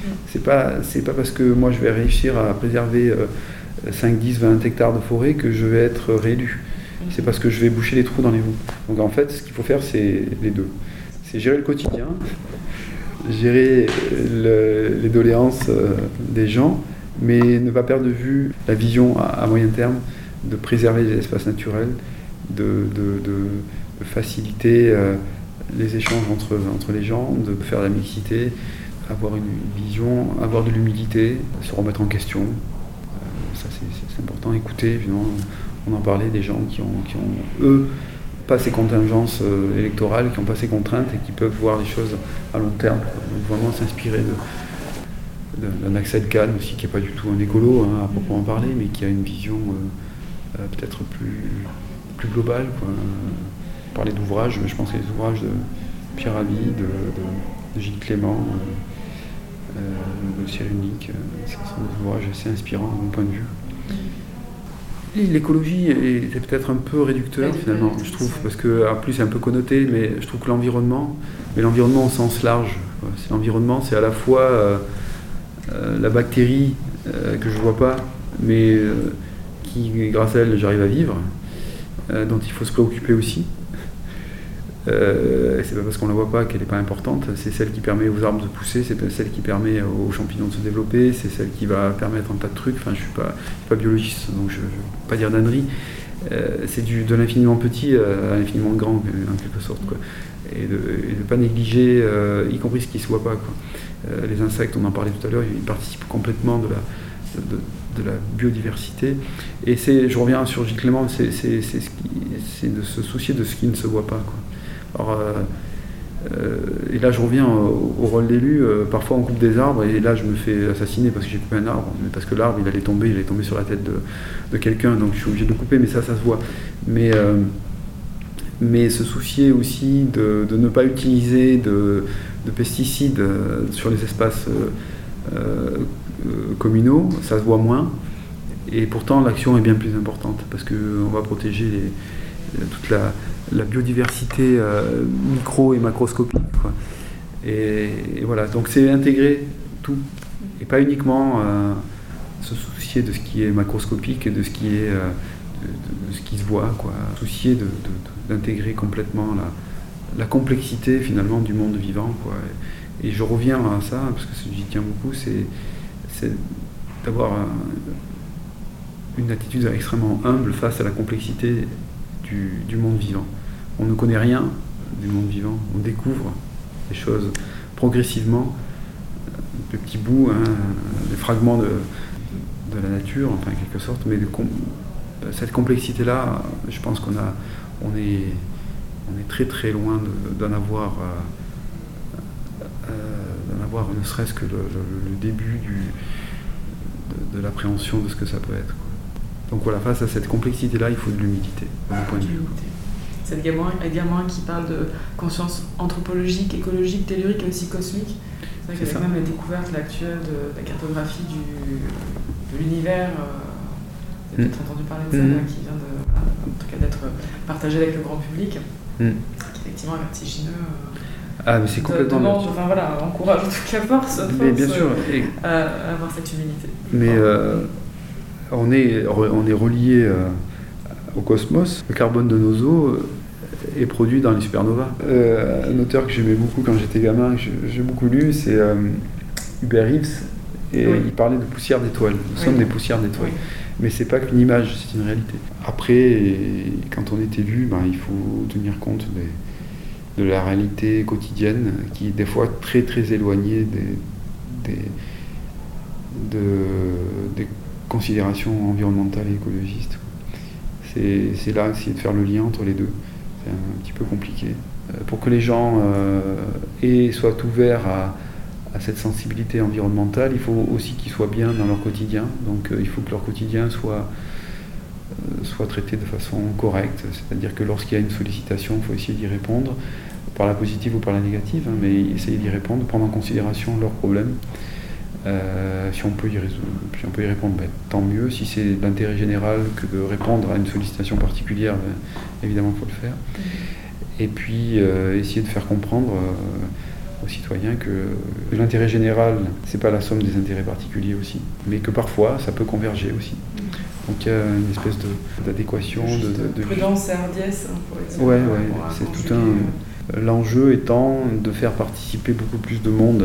C'est pas, c'est pas parce que moi je vais réussir à préserver euh, cinq, dix, vingt hectares de forêt que je vais être réélu. C'est parce que je vais boucher les trous dans les voûtes. Donc en fait, ce qu'il faut faire, c'est les deux. C'est gérer le quotidien, gérer le, les doléances euh, des gens, mais ne pas perdre de vue la vision à, à moyen terme de préserver les espaces naturels, de, de, de, de faciliter euh, les échanges entre, entre les gens, de faire de la mixité, avoir une, une vision, avoir de l'humilité, se remettre en question. Euh, ça, c'est, c'est important. Écouter, évidemment. On en parlait des gens qui ont, qui ont eux, pas ces contingences euh, électorales, qui n'ont pas ces contraintes et qui peuvent voir les choses à long terme. Donc vraiment s'inspirer de, de, d'un Axel Kahn aussi, qui n'est pas du tout un écolo hein, à proprement parler, mais qui a une vision euh, euh, peut-être plus, plus globale. Quoi. Euh, parler d'ouvrages, je pense que les ouvrages de Pierre Rabhi, de, de, de Gilles Clément, euh, euh, de Cyrulnik, euh, ce sont des ouvrages assez inspirants de mon point de vue. L'écologie est peut-être un peu réducteur finalement, je trouve, parce qu'en plus c'est un peu connoté, mais je trouve que l'environnement, mais l'environnement au sens large, quoi. C'est l'environnement, c'est à la fois euh, euh, la bactérie euh, que je ne vois pas, mais euh, qui, grâce à elle, j'arrive à vivre, euh, dont il faut se préoccuper aussi. Euh, c'est pas parce qu'on la voit pas qu'elle n'est pas importante, c'est celle qui permet aux arbres de pousser, c'est celle qui permet aux champignons de se développer, c'est celle qui va permettre un tas de trucs. Enfin, je suis pas, je suis pas biologiste, donc je ne vais pas dire d'ânerie. Euh, c'est du, de l'infiniment petit à l'infiniment grand, en quelque sorte, quoi. Et de ne pas négliger, euh, y compris ce qui ne se voit pas, quoi. Euh, les insectes, on en parlait tout à l'heure, ils participent complètement de la, de, de, de la biodiversité. Et c'est, je reviens sur Gilles Clément, c'est, c'est, c'est, ce qui, c'est de se soucier de ce qui ne se voit pas, quoi. Alors, euh, euh, et là je reviens au, au rôle d'élu, euh, parfois on coupe des arbres et là je me fais assassiner parce que j'ai coupé un arbre, mais parce que l'arbre il allait tomber, il allait tomber sur la tête de, de quelqu'un, donc je suis obligé de le couper, mais ça ça se voit. Mais, euh, mais se soucier aussi de, de ne pas utiliser de, de pesticides sur les espaces euh, euh, communaux, ça se voit moins, et pourtant l'action est bien plus importante parce qu'on va protéger les, toute la la biodiversité euh, micro et macroscopique, quoi. Et, et voilà, donc c'est intégrer tout, et pas uniquement euh, se soucier de ce qui est macroscopique et de ce qui est euh, de, de, de ce qui se voit, quoi. Soucier de, de, d'intégrer complètement la, la complexité finalement du monde vivant, quoi. Et, et je reviens à ça parce que j'y tiens beaucoup, c'est, c'est d'avoir un, une attitude extrêmement humble face à la complexité du, du monde vivant. On ne connaît rien du monde vivant, on découvre des choses progressivement, de petits bouts, hein, des fragments de, de, de la nature, enfin en quelque sorte, mais de, cette complexité-là, je pense qu'on a, on est, on est très très loin de, d'en avoir, euh, euh, d'en avoir ne serait-ce que le, le, le début du, de, de l'appréhension de ce que ça peut être, quoi. Donc voilà, face à cette complexité-là, il faut de l'humilité, de mon point de vue. C'est également, également qui parle de conscience anthropologique, écologique, tellurique et aussi cosmique. C'est vrai qu'avec même la découverte actuelle de, de la cartographie du, de l'univers, euh, vous avez peut-être entendu parler de ça, mmh. là, qui vient de, voilà, en tout cas d'être partagée avec le grand public, mmh. qui est effectivement vertigineux. Euh, ah, mais c'est complètement demande, enfin voilà, encourage en tout cas force, force mais bien sûr, et... à, à avoir cette humilité. Mais euh, on, est, on est relié euh, au cosmos. Le carbone de nos eaux est produit dans les supernovas. Euh, un auteur que j'aimais beaucoup quand j'étais gamin, que j'ai beaucoup lu, c'est euh, Hubert Reeves, et oui. il parlait de poussière d'étoiles. Nous oui. sommes des poussières d'étoiles. Oui. Mais c'est pas qu'une image, c'est une réalité. Après, quand on est élu, ben, il faut tenir compte des, de la réalité quotidienne, qui est des fois très très éloignée des, des, de, des considérations environnementales et écologistes. C'est, c'est là essayer de faire le lien entre les deux. C'est un petit peu compliqué. Euh, pour que les gens euh, aient, soient ouverts à, à cette sensibilité environnementale, il faut aussi qu'ils soient bien dans leur quotidien. Donc euh, il faut que leur quotidien soit, euh, soit traité de façon correcte. C'est-à-dire que lorsqu'il y a une sollicitation, il faut essayer d'y répondre, par la positive ou par la négative, hein, mais essayer d'y répondre, prendre en considération leurs problèmes. Euh, si on peut y, résoudre, si on peut y répondre, ben, tant mieux. Si c'est d'intérêt général que de répondre à une sollicitation particulière, ben, évidemment il faut le faire. Et puis euh, essayer de faire comprendre euh, aux citoyens que l'intérêt général, c'est pas la somme des intérêts particuliers aussi, mais que parfois ça peut converger aussi. Donc il y a une espèce de, d'adéquation, de, de, de prudence et hardiesse, hein, pour être. Ouais, ouais, c'est tout un. L'enjeu étant de faire participer beaucoup plus de monde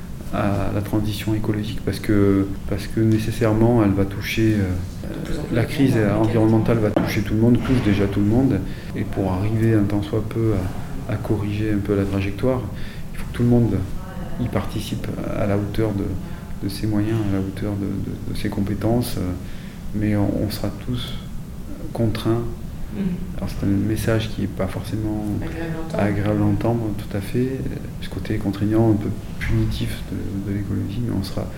à la transition écologique, parce que, parce que nécessairement elle va toucher, euh, la crise environnementale va toucher tout le monde, touche déjà tout le monde, et pour arriver un tant soit peu à, à corriger un peu la trajectoire, il faut que tout le monde y participe à la hauteur de, de ses moyens, à la hauteur de, de, de ses compétences, mais on, on sera tous contraints. Alors c'est un message qui n'est pas forcément agréable à entendre, tout à fait, ce côté contraignant, un peu punitif de, de l'écologie, mais on sera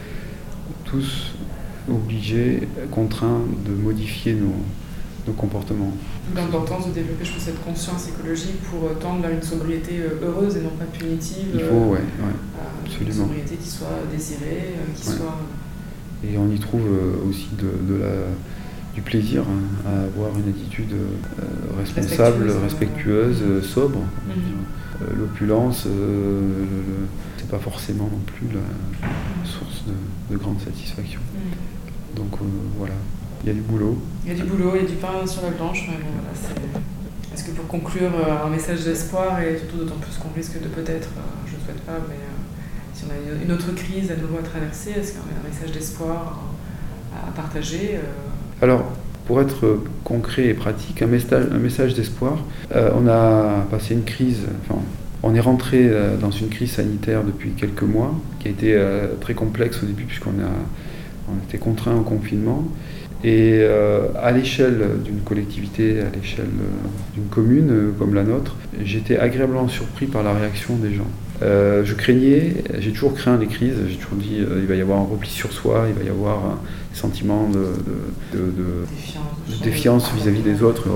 tous obligés, contraints de modifier nos, nos comportements. L'importance de développer, je pense, cette conscience écologique pour tendre vers une sobriété heureuse et non pas punitive. Il faut, oui, ouais, absolument. Une sobriété qui soit désirée, qui ouais. soit... Et on y trouve aussi de, de la... du plaisir hein, à avoir une attitude euh, responsable, respectueuse, respectueuse euh, sobre. Mm-hmm. Euh, l'opulence, euh, le, c'est pas forcément non plus la source de, de grande satisfaction. Mm. Donc euh, voilà, il y a du boulot. Il y a du boulot, il y a du pain sur la planche. Mais bon, voilà, c'est... Est-ce que pour conclure, un message d'espoir, et surtout d'autant plus qu'on risque de peut-être, je ne souhaite pas, mais euh, si on a une autre crise à nouveau à traverser, est-ce qu'il y a un message d'espoir à, à partager euh, Alors, pour être concret et pratique, un message, un message d'espoir. Euh, on a passé une crise, enfin, on est rentré euh, dans une crise sanitaire depuis quelques mois, qui a été euh, très complexe au début, puisqu'on a, on était contraint au confinement. Et euh, à l'échelle d'une collectivité, à l'échelle d'une commune euh, comme la nôtre, j'étais agréablement surpris par la réaction des gens. Euh, je craignais, j'ai toujours craint les crises, j'ai toujours dit euh, il va y avoir un repli sur soi, il va y avoir un sentiment de, de, de, de, de défiance vis-à-vis des autres.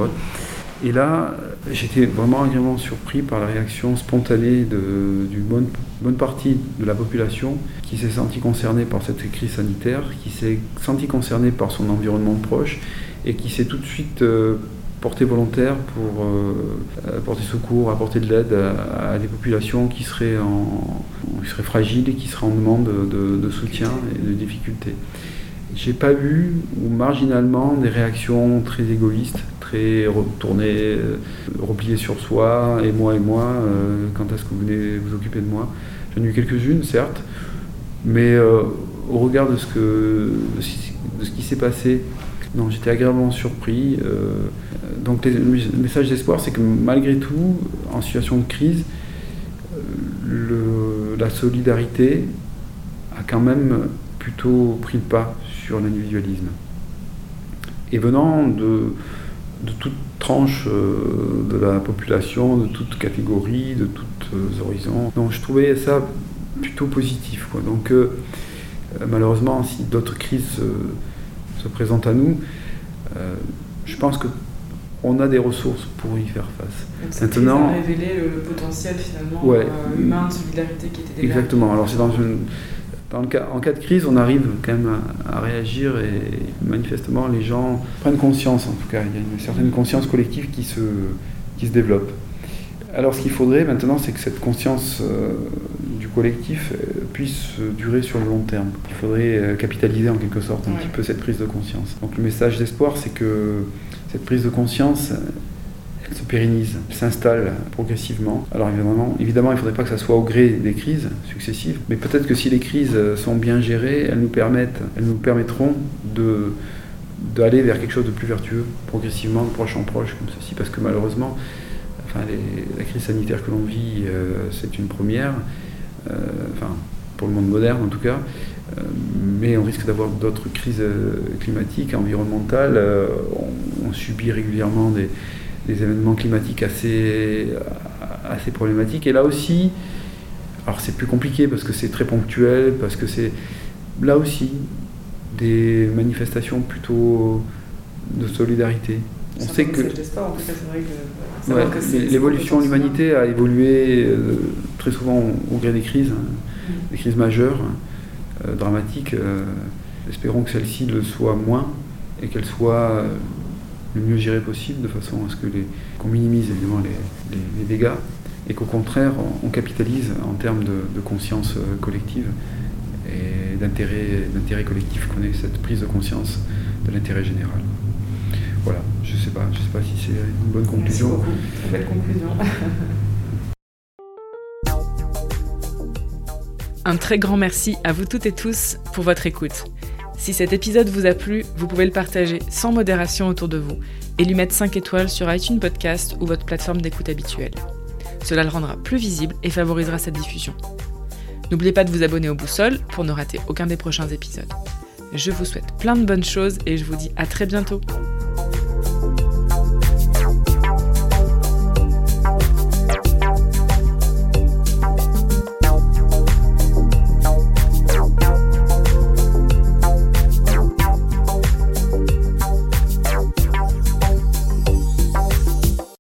Et là, j'étais vraiment agréablement surpris par la réaction spontanée de, d'une bonne, bonne partie de la population qui s'est sentie concernée par cette crise sanitaire, qui s'est sentie concernée par son environnement proche et qui s'est tout de suite euh, portée volontaire pour euh, apporter secours, apporter de l'aide à, à des populations qui seraient, en, qui seraient fragiles et qui seraient en demande de, de soutien et de difficultés. J'ai pas vu, ou marginalement, des réactions très égoïstes, très retournées, euh, repliées sur soi, et moi et moi, euh, quand est-ce que vous venez vous occuper de moi. J'en ai eu quelques-unes, certes, mais euh, au regard de ce, que, de ce qui s'est passé, non, j'étais agréablement surpris. Euh, donc les, le message d'espoir, c'est que malgré tout, en situation de crise, le, la solidarité a quand même plutôt pris le pas sur l'individualisme. Et venant de, de toute tranche euh, de la population, de toute catégorie, de tous euh, horizons. Donc je trouvais ça plutôt positif, quoi. Donc euh, malheureusement, si d'autres crises euh, se présentent à nous, euh, je pense qu'on a des ressources pour y faire face. Donc cette Maintenant, crise a révélé le, le potentiel finalement ouais, euh, humain de solidarité qui était déjà... Exactement. Alors c'est dans une... Dans le cas, en cas de crise, on arrive quand même à, à réagir et manifestement les gens prennent conscience, en tout cas, il y a une certaine conscience collective qui se, qui se développe. Alors ce qu'il faudrait maintenant, c'est que cette conscience euh, du collectif euh, puisse durer sur le long terme. Il faudrait euh, capitaliser en quelque sorte un ouais. petit peu cette prise de conscience. Donc le message d'espoir, c'est que cette prise de conscience, elle se pérennise, elle s'installe progressivement. Alors évidemment, évidemment, il ne faudrait pas que ça soit au gré des crises successives, mais peut-être que si les crises sont bien gérées, elles nous permettent, elles nous permettront de, d'aller vers quelque chose de plus vertueux, progressivement, de proche en proche, comme ceci, parce que malheureusement, enfin, les, la crise sanitaire que l'on vit, euh, c'est une première, euh, enfin, pour le monde moderne en tout cas, euh, mais on risque d'avoir d'autres crises climatiques, environnementales, euh, on, on subit régulièrement des des événements climatiques assez, assez problématiques. Et là aussi, alors c'est plus compliqué parce que c'est très ponctuel, parce que c'est là aussi des manifestations plutôt de solidarité. On sait que, en tout cas, c'est vrai que, ouais, que c'est, l'évolution de l'humanité a évolué euh, très souvent au, au gré des crises, hein, mmh. des crises majeures, euh, dramatiques. Euh, espérons que celle-ci le soit moins et qu'elle soit euh, le mieux géré possible, de façon à ce que les, qu'on minimise évidemment les, les, les dégâts et qu'au contraire, on capitalise en termes de, de conscience collective et d'intérêt, d'intérêt collectif, qu'on ait cette prise de conscience de l'intérêt général. Voilà, je ne sais pas, je sais pas si c'est une bonne conclusion. Merci beaucoup, très belle conclusion. Un très grand merci à vous toutes et tous pour votre écoute. Si cet épisode vous a plu, vous pouvez le partager sans modération autour de vous et lui mettre cinq étoiles sur iTunes Podcast ou votre plateforme d'écoute habituelle. Cela le rendra plus visible et favorisera sa diffusion. N'oubliez pas de vous abonner aux Boussoles pour ne rater aucun des prochains épisodes. Je vous souhaite plein de bonnes choses et je vous dis à très bientôt.